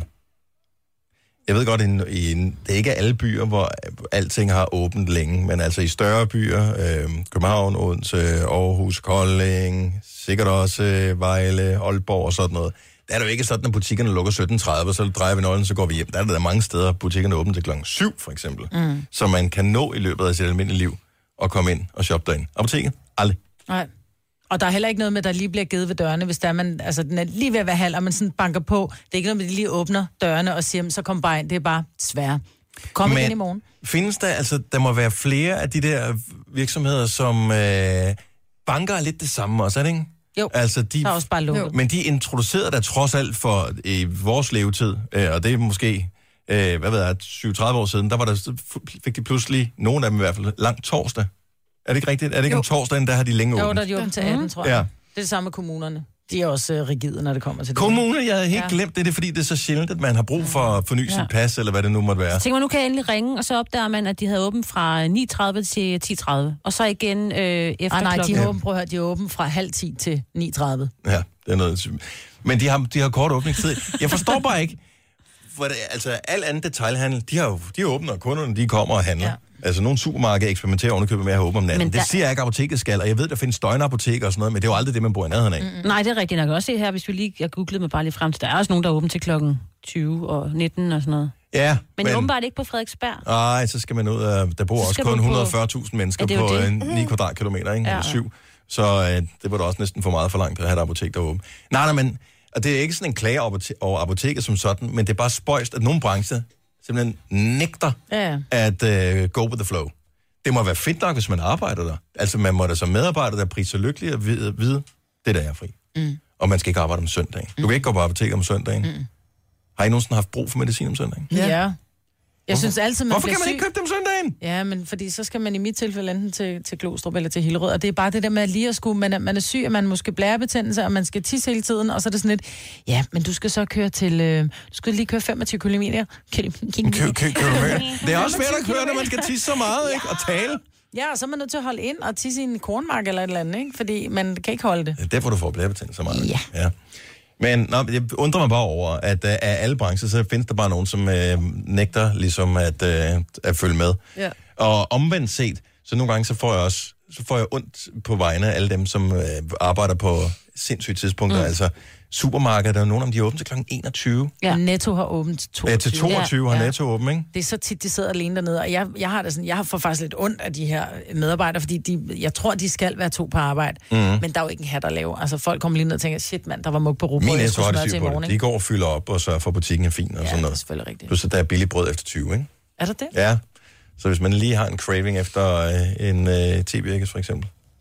Jeg ved godt, i, i, det er ikke alle byer, hvor alting har åbent længe, men altså i større byer, øh, København, Odense, Aarhus, Kolding, sikkert også øh, Vejle, Aalborg og sådan noget. Der er det jo ikke sådan, at butikkerne lukker sytten tredive, så drejer vi nøglen, så går vi hjem. Der er der mange steder, butikkerne åbner til klokken syv, for eksempel. Mm. Så man kan nå i løbet af sit almindelige liv og komme ind og shoppe derinde. Apoteket? Aldrig. Nej. Og der er heller ikke noget med, at der lige bliver givet ved dørene, hvis der er man, altså den er lige ved at være halv, og man sådan banker på. Det er ikke noget med, at de lige åbner dørene og siger, så kom bare ind. Det er bare svært. Kom Men igen i morgen. Findes der, altså, der må være flere af de der virksomheder, som øh, banker lidt det samme også, er det ikke? Jo, altså, de, der er også bare lukket. Men de introducerede der trods alt for i vores levetid, øh, og det er måske, øh, hvad ved jeg, syv tredive år siden, der var der, fik de pludselig, nogle af dem i hvert fald, langt torsdag. Er det ikke rigtigt? Er det ikke jo. Om torsdagen, der har de længe åbent? Jo, der er de åbent til atten, tror jeg. Ja. Det er det samme med kommunerne. De er også uh, rigide, når det kommer til det. Kommuner, jeg havde helt ja. glemt det, det er fordi, det er så sjældent, at man har brug for at forny ja. sit pas, eller hvad det nu måtte være. Så tænker man, nu kan jeg endelig ringe, og så opdager man, at de havde åbent fra ni tredive til ti tredive. Og så igen øh, efter ah, nej, klokken. de er åbent, prøv at høre, de er åbent fra halv ti til ni tredive. Ja, det er noget. Men de har, de har kort åbningstid. Jeg forstår bare ikke, for det, altså al anden detailhandel, de har jo de åbner, og kunderne de kommer og handler. Ja. Altså, nogle supermarkeder eksperimenterer ovenikøbet med at have åbent om natten. Der... Det siger jeg ikke, apoteket skal, og jeg ved, der findes døgnapoteker og sådan noget, men det er jo aldrig det, man bor i nærheden af. Mm-hmm. Nej, det er rigtigt nok. Også se her, hvis vi lige... Jeg googlede mig bare lige frem til, der er også nogen, der er åbent til klokken tyve og nitten og sådan noget. Ja, men... Men åbenbart ikke på Frederiksberg. Nej, så skal man ud af... Der bor også kun et hundrede og fyrre tusind mennesker ja, på det. ni kvadratkilometer, ikke? Ja, eller syv. Så øh, det var da også næsten for meget for langt at have et apotek, der er åbent. Nej, nej, men... Og det er ikke sådan en klage over apoteket som sådan, men det er bare spøjst, at nogle brancher simpelthen nægter ja. at uh, go with the flow. Det må være fedt nok, hvis man arbejder der. Altså, man må da som medarbejder, der priser lykkelig at vide, vide det der er fri. Mm. Og man skal ikke arbejde om søndagen. Du kan ikke gå på apoteket om søndagen. Mm. Har I nogensinde haft brug for medicin om søndagen? Ja. ja. Jeg synes altid, man Hvorfor kan man ikke købe dem søndagen? Ja, men fordi så skal man i mit tilfælde enten til, til Glostrup eller til Hillerød, og det er bare det der med at lige at skulle, man er, man er syg, og man måske blærebetændelse, og man skal tisse hele tiden, og så er det sådan lidt, ja, men du skal så køre til, øh, du skal lige køre femogtyve kilometer. kilometer. Det er også svært at køre, når man skal tisse så meget, ikke? Og tale. Ja, og så er man nødt til at holde ind og tisse i en kornmark eller et eller andet, ikke? Fordi man kan ikke holde det. Det er derfor, du får blærebetændelse så meget. Ja. ja. Men nå, jeg undrer mig bare over, at uh, af alle brancher, så findes der bare nogen, som uh, nægter ligesom at, uh, at følge med. Ja. Og omvendt set, så nogle gange så får jeg også så får jeg ondt på vegne af alle dem, som uh, arbejder på sindssyge tidspunkter. Mm. Altså supermarkeder, der er nogle af dem, de er åbent til klokken enogtyve. Ja, Netto har åbent til toogtyve. Ja, til toogtyve ja. har Netto åbent, ikke? Det er så tit, de sidder alene dernede, og jeg, jeg har det sådan, jeg har faktisk lidt ondt af de her medarbejdere, fordi de, jeg tror, de skal være to på arbejde, mm. men der er jo ikke en her, der laver. Altså folk kommer lige ned og tænker, shit mand, der var mug på rugbrød. Min Netto har det styr på det. De går og fylder op, og så får butikken er fin og ja, sådan noget. Ja, det er selvfølgelig rigtigt. Plus, der er billig brød efter tyve, ikke? Er der det? Ja. Så hvis man lige har en craving efter øh, en øh, T-birkes for eksempel,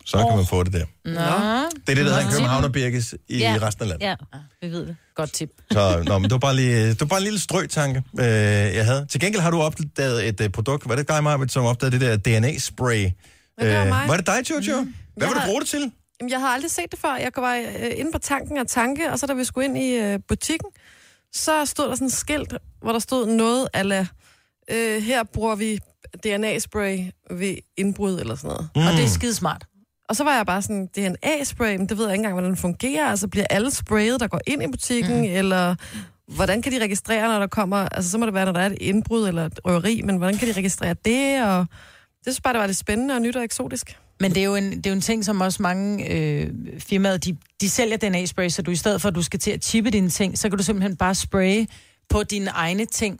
så kan man få det der. Nå. Det er det, der hedder Københavnerbirkes i Ja. resten af landet. Ja, vi ved det. Godt tip. Så nå, men det var bare lige, det var bare en lille strøtanke, øh, jeg havde. Til gengæld har du opdaget et uh, produkt. Var det dig, Marvitt, som opdagede det der D N A-spray? Ja, det var mig. Var det dig, Jojo? Mm. Hvad vil du har- bruge det til? Jamen, jeg havde aldrig set det før. Jeg var øh, inde på tanken og tanke, og så da vi skulle ind i øh, butikken, så stod der sådan et skilt, hvor der stod noget ala, øh, her bruger vi D N A-spray ved indbrud eller sådan noget. Mm. Og det er skidesmart. Og så var jeg bare sådan, D N A-spray, men det ved jeg ikke engang, hvordan den fungerer. Altså, bliver alle sprayet, der går ind i butikken, mm. eller hvordan kan de registrere, når der kommer... Altså, så må det være, når der er et indbrud eller et røveri, men hvordan kan de registrere det? Og det synes bare, det var lidt spændende og nyt og eksotisk. Men det er jo en, det er jo en ting, som også mange øh, firmaer, de, de sælger D N A-spray, så du i stedet for, at du skal til at chippe dine ting, så kan du simpelthen bare spraye på dine egne ting.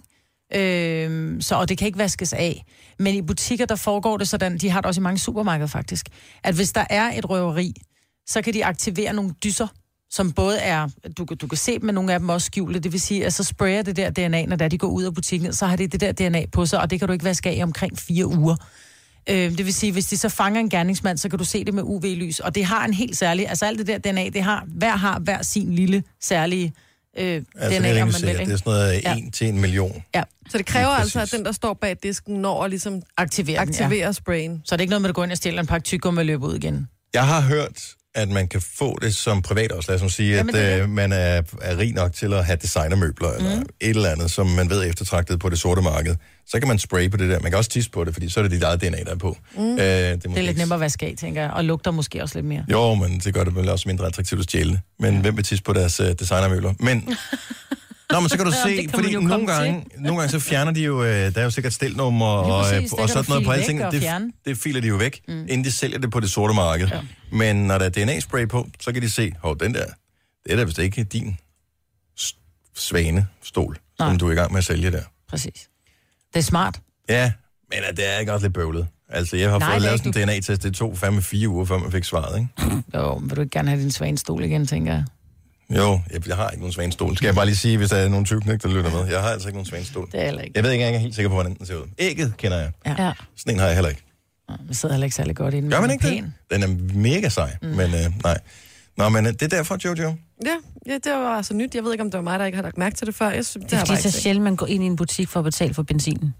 Øh, så, og det kan ikke vaskes af. Men i butikker, der foregår det sådan, de har det også i mange supermarkeder faktisk, at hvis der er et røveri, så kan de aktivere nogle dyser, som både er, du, du kan se dem, men nogle af dem også skjulte. Det vil sige, at så sprayer det der D N A, når der de går ud af butikken, så har de det der D N A på sig, og det kan du ikke vaske af i omkring fire uger. Øh, det vil sige, hvis de så fanger en gerningsmand, så kan du se det med U V-lys, og det har en helt særlig, altså alt det der D N A, det har, hver har hver sin lille særlige øh, Altså, D N A, det er, om man det, vil, det ikke? er sådan noget Ja. en til en million. Ja. Så det kræver Lige altså, præcis. at den, der står bag disken, når at ligesom aktiverer, aktiverer den, ja. sprayen. Så er det ikke noget med, at du går ind og stjæler en pakke tyggegummi og løber ud igen. Jeg har hørt, at man kan få det som privat også. Lad os nu sige, Jamen, at det er det. øh, man er, er rig nok til at have designermøbler, mm. eller et eller andet, som man ved er eftertragtet på det sorte marked. Så kan man spraye på det der. Man kan også tisse på det, fordi så er det dit eget D N A, der er på. Mm. Øh, det, er Det er lidt nemmere at vaske af, tænker jeg, og lugter måske også lidt mere. Jo, men det gør det vel også mindre attraktivt at stjæle. Men ja. hvem vil tisse på deres uh, designermøbler? Men... Nå, men så kan du Ja, det se, kan fordi man jo nogle komme gange, nogle gange så fjerner de jo, øh, der er jo sikkert stelnummer og, præcis, øh, der og kan sådan du noget på file alle væk ting. og Det, fjerne. det filer de jo væk, mm. inden de sælger det på det sorte marked. Ja. Men når der er D N A-spray på, så kan de se, hov, den der, det er da vist ikke din s- svanestol, som Nej. du er i gang med at sælge der. Præcis. Det er smart. Ja, men øh, det er ikke også lidt bøvlet. Altså, jeg har Nej, fået det er lavet sådan ikke en D N A-test, det tog fandme fire uger, før man fik svaret, ikke? Jo, vil du ikke gerne have din svanestol igen, tænker jeg? Jo, jeg, jeg har ikke nogen svanestol. Skal jeg bare lige sige, hvis der er nogen tyvknæk, der lytter med. Jeg har altså ikke nogen svanestol. Det er heller ikke. Jeg ved ikke engang, jeg er helt sikker på, hvordan den ser ud. Ægget kender jeg. Ja. Sådan en har jeg heller ikke. Vi sidder heller ikke særlig godt i den. Gør man men ikke den er det? Den er mega sej, mm. men øh, nej. Nå, men øh, det er derfor, Jojo. Ja, ja, det var altså nyt. Jeg ved ikke, om det var mig, der ikke har lagt mærke til det før. Jeg synes, det, Det er har fordi, jeg bare så ikke set. sjældent man går ind i en butik for at betale for benzinen.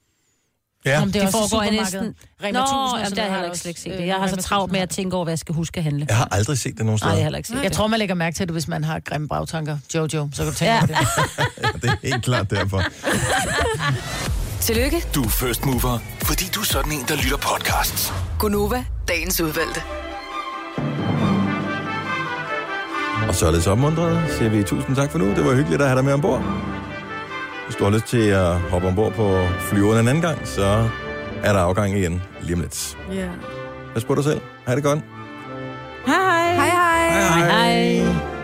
Ja. Om det er Det også foregår i supermarkedet. næsten... Rema Nå, tusind og jamen, sådan der har noget jeg har ikke også, slet ikke set øh, det. Jeg har så Rema travlt med tusind at tænke over, hvad jeg skal huske at handle. Jeg har aldrig set det nogen steder. Nej, jeg har heller ikke set Jeg det. tror, man lægger mærke til det, hvis man har grimme bagtanker. Jojo, så kan du tænke Ja. på det. Det er helt klart derfor. Tillykke, Du er first mover, fordi du er sådan en, der lytter podcasts. Gunova, dagens udvalgte. Og så er det så opmuntret. Siger vi tusind tak for nu. Det var hyggeligt at have dig med ombord. Hvis du har lyst til at hoppe ombord på flyveren en anden gang, så er der afgang igen lige om lidt. Ja. Pas på dig selv. Ha' det godt. Hej hej. Hej, hej. Hej hej. Hej.